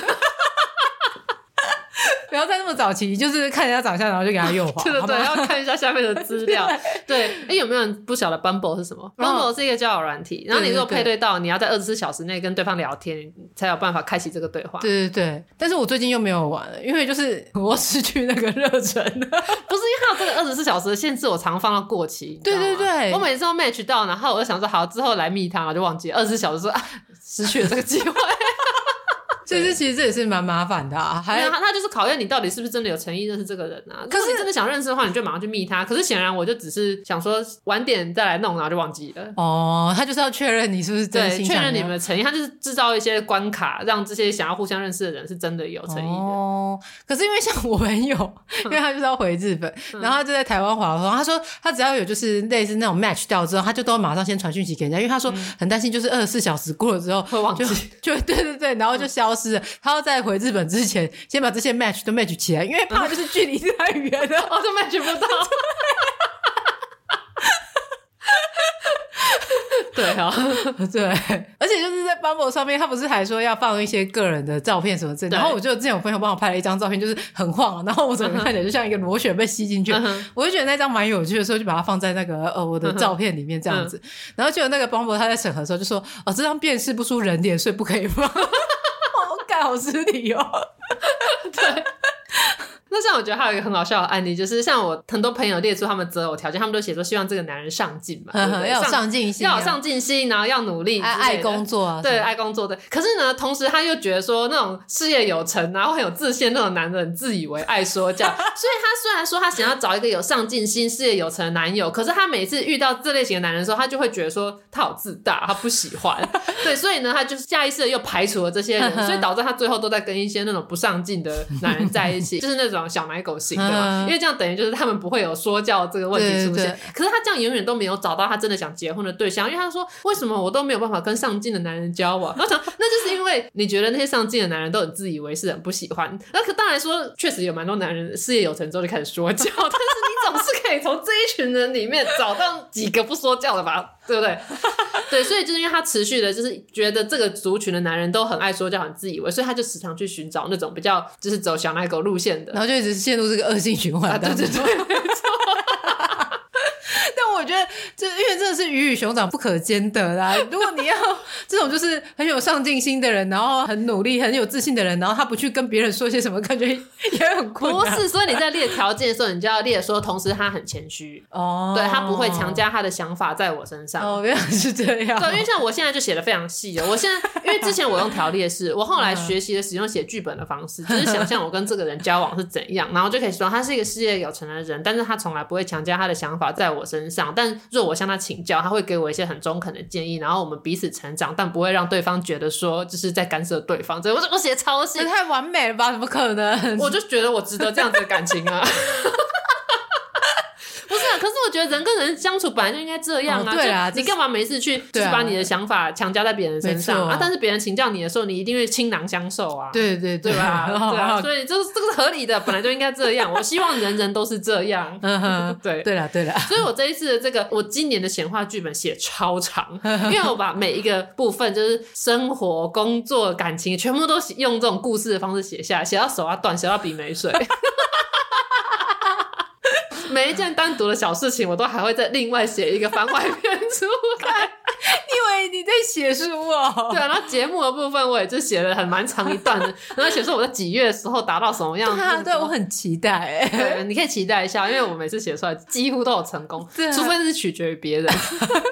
不要再那么早期就是看人家长相然后就给他右滑。 对对对，要看一下下面的资料。对，哎，有没有人不晓得 Bumble 是什么？ Bumble 是一个交友软体，然后你如果配对到，你要在二十四小时内跟对方聊天才有办法开启这个对话。 对对对，但是我最近又没有玩了，因为就是我失去那个热忱了。 不是因为它有这个二十四小时的限制，我常放到过期。 对对对， 我每次都 match 到，然后我就想说好之后来密他，然后就忘记二十四小时说啊失去了这个机会。 所以其实这也是蛮麻烦的啊，还他他就是考验你到底是不是真的有诚意认识这个人啊。可是你真的想认识的话，你就马上去密他。可是显然我就只是想说晚点再来弄，然后就忘记了。哦， 他就是要确认你是不是真心想要， 对，确认你们的诚意。他就是制造一些关卡，让这些想要互相认识的人是真的有诚意的。哦， 可是因为像我朋友，因为他就是要回日本，嗯、然后他就在台湾滑的时候，他说他只要有就是类似那种 match 掉之后，他就都马上先传讯息给人家，因为他说很担心就是二十四小时过了之后会忘记， 就对对对，然后就消失了。他要在回日本之前先把这些 match 都 match 起来，因为怕就是距离太远了哦，就 match 不到。对啊， 对，而且就是在 Bumble 上面，他不是还说要放一些个人的照片什么之类的，然后我就之前有朋友帮我拍了一张照片，就是很晃，然后我整个看起来就像一个螺旋被吸进去，嗯、我就觉得那张蛮有趣的，所以就把它放在那个呃我的照片里面这样子，嗯、然后就有那个 Bumble 他在审核的时候就说哦这张辨识不出人脸，所以不可以放。我干好失礼哦。 对。那像我觉得还有一个很好笑的案例，就是像我很多朋友列出他们择偶条件，他们都写说希望这个男人上进嘛，对不对？ 要有上进心、啊， 要有上进心，然后要努力， 爱爱工作啊， 对，爱工作的。可是呢，同时他又觉得说那种事业有成，然后很有自信那种男人自以为爱说教，所以他虽然说他想要找一个有上进心、事业有成的男友，可是他每次遇到这类型的男人的时候，他就会觉得说他好自大，他不喜欢。对，所以呢，他就是下意识的又排除了这些人，所以导致他最后都在跟一些那种不上进的男人在一起，就是那种种小奶狗型的嗯、 嘛，因为这样等于就是他们不会有说教这个问题出现。 对对对， 可是他这样永远都没有找到他真的想结婚的对象，因为他说为什么我都没有办法跟上进的男人交往？然后想那就是因为你觉得那些上进的男人都很自以为是，很不喜欢。那可当然说确实有蛮多男人事业有成之后就开始说教，但是你总是可以从这一群人里面找到几个不说教的吧，对不对？对，所以就是因为他持续的就是觉得这个族群的男人都很爱说教很自以为，所以他就时常去寻找那种比较就是走小奶狗路线的， 然后就一直陷入这个恶性循环、啊、 对对对没错但我觉得这因为真的是鱼与熊掌不可兼得啦，如果你要这种就是很有上进心的人，然后很努力很有自信的人，然后他不去跟别人说些什么，感觉也很困难。 不是，所以你在列条件的时候你就要列说同时他很谦虚哦，对，他不会强加他的想法在我身上哦，原来是这样。 对，因为像我现在就写得非常细了，我现在因为之前我用条列式，我后来学习了使用写剧本的方式，就是想象我跟这个人交往是怎样，然后就可以说他是一个事业有成的人，但是他从来不会强加他的想法在我身上，但若我向他请教，他会给我一些很中肯的建议，然后我们彼此成长，但不会让对方觉得说就是在干涉对方。这我我写超细， 这太完美了吧？怎么可能？ 我就觉得我值得这样子的感情啊。不是啊，可是我觉得人跟人相处本来就应该这样啊。哦、 对啊， 你干嘛没事去就是把你的想法强加在别人身上 啊, 啊？但是别人请教你的时候，你一定会倾囊相授啊。 对对 对, 对吧？对啊，所以这这个是合理的，本来就应该这样。我希望人人都是这样。对对啦对啦， 所以我这一次的这个，我今年的显化剧本写超长，因为我把每一个部分，就是生活、工作、感情，全部都用这种故事的方式写下来，写到手要断，写到笔没水。每一件单独的小事情我都还会再另外写一个番外篇出来。 你以为你在写书哦？ 对啊，然后节目的部分我也就写了很蛮长一段的，然后写说我在几月的时候达到什么样子。 对啊，对，我很期待。 对，你可以期待一下，因为我每次写出来几乎都有成功，除非是取决于别人。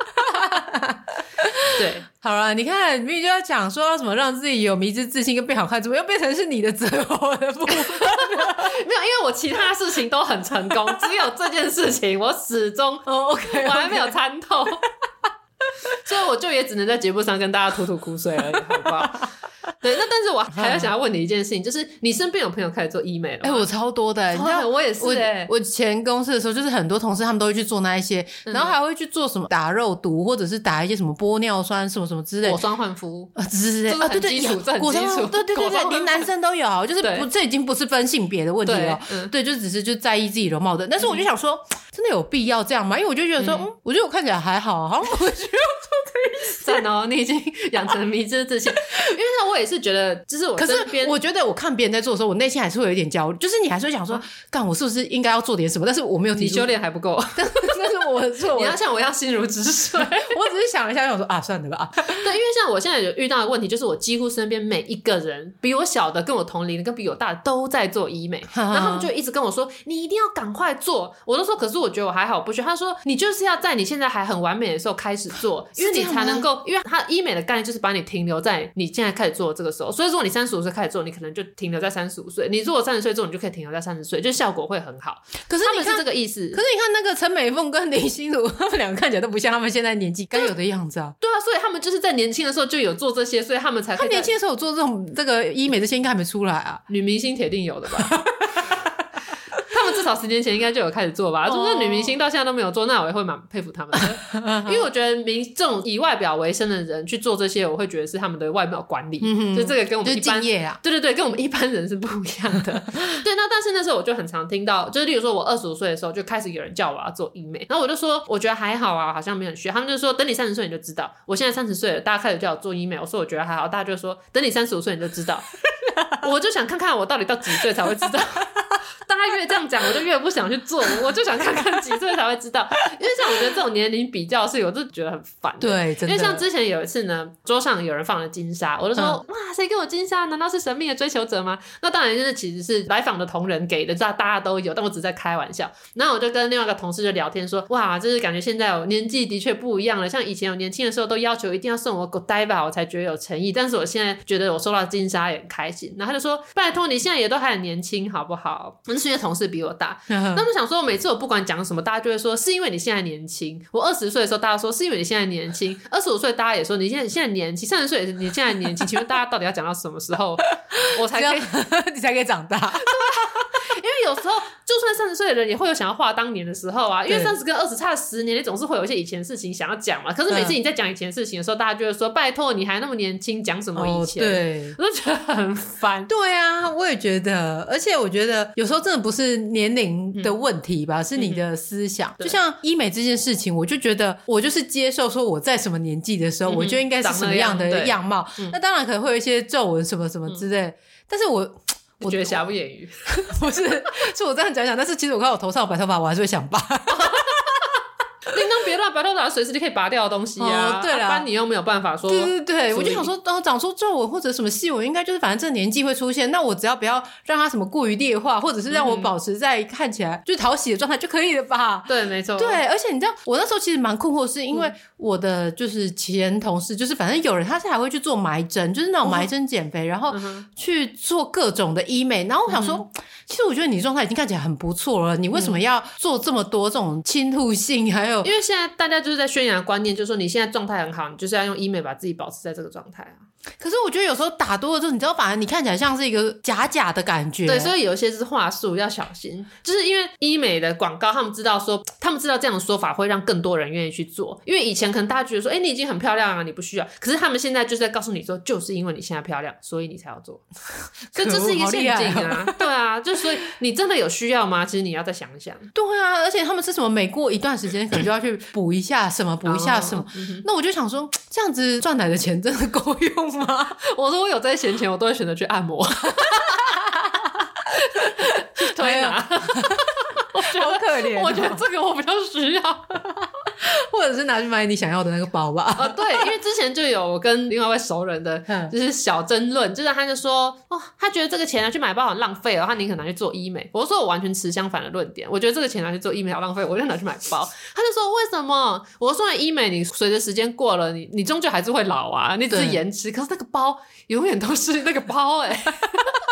对， 好了，你看明明就要讲说要怎么让自己有迷之自信跟变好看，怎么又变成是你的择偶的部分？ 没有，因为我其他事情都很成功，只有这件事情我始终、 oh, okay, okay. 我还没有参透。所以我就也只能在节目上跟大家吐吐苦水而已，好不好？对，那但是我还要想要问你一件事情，就是你身边有朋友开始做医美了吗？ 哎、欸，我超多的、欸， 你知道我也是哎、欸。 我前公司的时候，就是很多同事他们都会去做那一些，嗯、然后还会去做什么打肉毒，或者是打一些什么玻尿酸什么什么之类， 果霜焕肤啊，之类啊，对对， 基础， 这很基础， 对对对对，连男生都有，就是不，这已经不是分性别的问题了，对，嗯、对，就只是就在意自己容貌的。但是我就想说，嗯、真的有必要这样吗？因为我就觉得说，嗯，嗯我觉得我看起来还好，好像不需要做这一些。 赞哦，你已经养成迷之自信。因为我也是觉得，就是我身边， 可是我觉得我看别人在做的时候，我内心还是会有一点焦虑，就是你还是会想说，干、啊、我是不是应该要做点什么？但是我没有提出， 你修炼还不够， 但是我做， 你要像我一样心如止水。 我只是想了一下，想说啊，算了吧。 对，因为像我现在有遇到的问题，就是我几乎身边每一个人，比我小的、跟我同龄的、跟比我大的，都在做医美，然后他们就一直跟我说，你一定要赶快做。我都说，可是我觉得我还好，不需要。他说，你就是要在你现在还很完美的时候开始做，因为你才能够，因为他医美的概念就是把你停留在你现在开始做的这个时候。所以如果你三十五岁开始做，你可能就停留在三十五岁；你如果三十岁做，你就可以停留在三十岁，就效果会很好。 可是他们是这个意思。 可是你看那个陈美凤跟林心如，他们两个看起来都不像他们现在年纪该有的样子啊。 对啊，所以他们就是在年轻的时候就有做这些，所以他们才可以。 他年轻的时候有做这种这个医美，这些应该还没出来啊。 女明星铁定有的吧。他们至少十年前应该就有开始做吧。如果女明星到现在都没有做，那我也会蛮佩服他们的。因为我觉得明这种以外表为生的人去做这些，我会觉得是他们的外表管理，嗯、就这个跟我们一般、 就是、敬业啊， 对对对，跟我们一般人是不一样的。对，那但是那时候我就很常听到，就是例如说我二十五岁的时候就开始有人叫我要做医美，然后我就说我觉得还好啊，好像没有很需要。他们就说等你三十岁你就知道。我现在三十岁了，大家开始叫我做医美，我说我觉得还好，大家就说等你三十五岁你就知道。我就想看看我到底到几岁才会知道。大家越这样讲我就越不想去做，我就想看看几岁才会知道。因为像我觉得这种年龄比较是我就觉得很烦。 对，真的。 因为像之前有一次呢，桌上有人放了金沙，我就说、嗯、哇谁给我金沙，难道是神秘的追求者吗？那当然就是其实是来访的同仁给的，知道大家都有，但我只是在开玩笑。然后我就跟另外一个同事就聊天说，哇就是感觉现在有年纪的确不一样了，像以前有年轻的时候都要求一定要送我 Godiva 我才觉得有诚意，但是我现在觉得我收到金沙也很开心。然后他就说拜托你现在也都还很年轻好不好？那是因为同事比我大。那我想说每次我不管讲什么大家就会说是因为你现在年轻。我二十岁的时候大家说是因为你现在年轻，二十五岁大家也说你现在现在年轻，三十岁也是你现在年轻。请问大家到底要讲到什么时候我才可以你才可以长大？ 因为有时候就算三十岁的人也会有想要话当年的时候啊，因为三十跟二十差了十年，你总是会有一些以前的事情想要讲嘛。可是每次你在讲以前的事情的时候，嗯、大家就会说：“拜托，你还那么年轻，讲什么以前？”哦、 对， 我就觉得很烦。 对啊，我也觉得，而且我觉得有时候真的不是年龄的问题吧，嗯、是你的思想。嗯、就像医美这件事情，我就觉得我就是接受说我在什么年纪的时候，嗯、我就应该是什么样的样貌。嗯、那当然可能会有一些皱纹什么什么之类，嗯、但是我。 我觉得瑕不掩瑜， 不是，是我这样讲讲，但是其实我看我头上有白头发，我还是会想拔。 另当别论，白头发随时就可以拔掉的东西啊。 哦、对啦， 一般你又没有办法说。 对对对，我就想说，哦，长出皱纹或者什么细纹，应该就是反正这个年纪会出现，那我只要不要让它什么过于劣化，或者是让我保持在看起来就是讨喜的状态就可以了吧？ 对，没错。 对，而且你知道，我那时候其实蛮困惑，是因为我的就是前同事，就是反正有人他是还会去做埋针，就是那种埋针减肥，然后去做各种的医美，然后我想说，嗯、其实我觉得你状态已经看起来很不错了，你为什么要做这么多这种侵入性？还有， 因为现在大家就是在宣扬观念，就是说你现在状态很好，你就是要用医美把自己保持在这个状态啊。 可是我觉得有时候打多了之后，你知道，反而你看起来像是一个假假的感觉。 对，所以有一些是话术要小心，就是因为医美的广告，他们知道说，他们知道这样的说法会让更多人愿意去做。因为以前可能大家觉得说，哎、欸，你已经很漂亮啊，你不需要。可是他们现在就是在告诉你说，就是因为你现在漂亮，所以你才要做。所以这是一个陷阱啊，对啊，就所以你真的有需要吗？其实你要再想一想。 对啊，而且他们是什么？每过一段时间可能就要去补一下什么，补一下什么。哦嗯、那我就想说，这样子赚来的钱真的够用吗？ 我说我有这些闲钱，我都会选择去按摩。推拿，我觉得好可怜、哦。 我觉得这个我比较需要， 或者是拿去买你想要的那个包吧。 呃，对，因为之前就有我跟另外一位熟人的，就是小争论，就是他就说，哦，他觉得这个钱拿去买包很浪费哦，他宁可拿去做医美。我说我完全持相反的论点，我觉得这个钱拿去做医美好浪费，我就拿去买包。他就说为什么？我说医美你随着时间过了，你你终究还是会老啊，你只是延迟，可是那个包永远都是那个包哎、欸。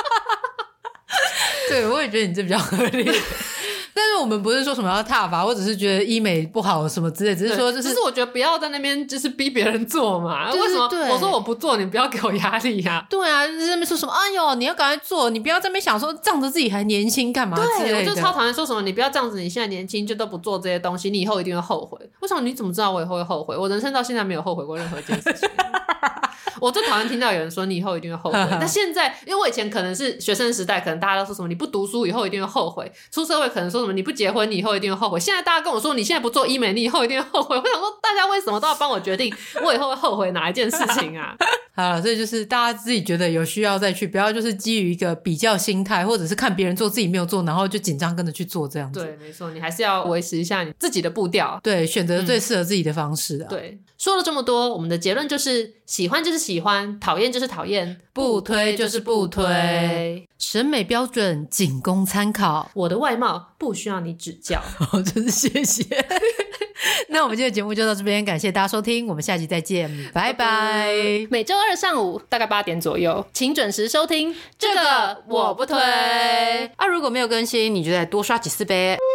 对，我也觉得你这比较合理。但是我们不是说什么要踏伐，或者是觉得医美不好什么之类，只是说就是， 只是我觉得不要在那边就是逼别人做嘛。 就是、 为什么对我说我不做，你不要给我压力呀、啊？ 对啊，在那边说什么？哎呦，你要赶快做，你不要在那边想说仗着自己还年轻干嘛之类的。 对，我就超讨厌说什么你不要这样子，你现在年轻就都不做这些东西，你以后一定会后悔。为什么？你怎么知道我以后会后悔？我人生到现在没有后悔过任何一件事情。我最讨厌听到有人说你以后一定会后悔。但现在，因为我以前可能是学生时代，可能大家都说什么你不读书以后一定会后悔；出社会可能说什么你不结婚你以后一定会后悔。现在大家跟我说你现在不做医美，你以后一定会后悔。我想说，大家为什么都要帮我决定我以后会后悔哪一件事情啊？ 好了，所以就是大家自己觉得有需要再去，不要就是基于一个比较心态，或者是看别人做自己没有做，然后就紧张跟着去做这样子。 对，没错，你还是要维持一下你自己的步调， 对，选择最适合自己的方式啊。 嗯、对，说了这么多，我们的结论就是喜欢就是喜欢，讨厌就是讨厌， 不推就是不推。审美标准仅供参考， 我的外貌不需要你指教。 哦，真是谢谢。那我们今天的节目就到这边，感谢大家收听，我们下期再见，拜拜。 每周二上午大概八点左右，请准时收听。这个我不推。 啊，如果没有更新，你就再多刷几次呗。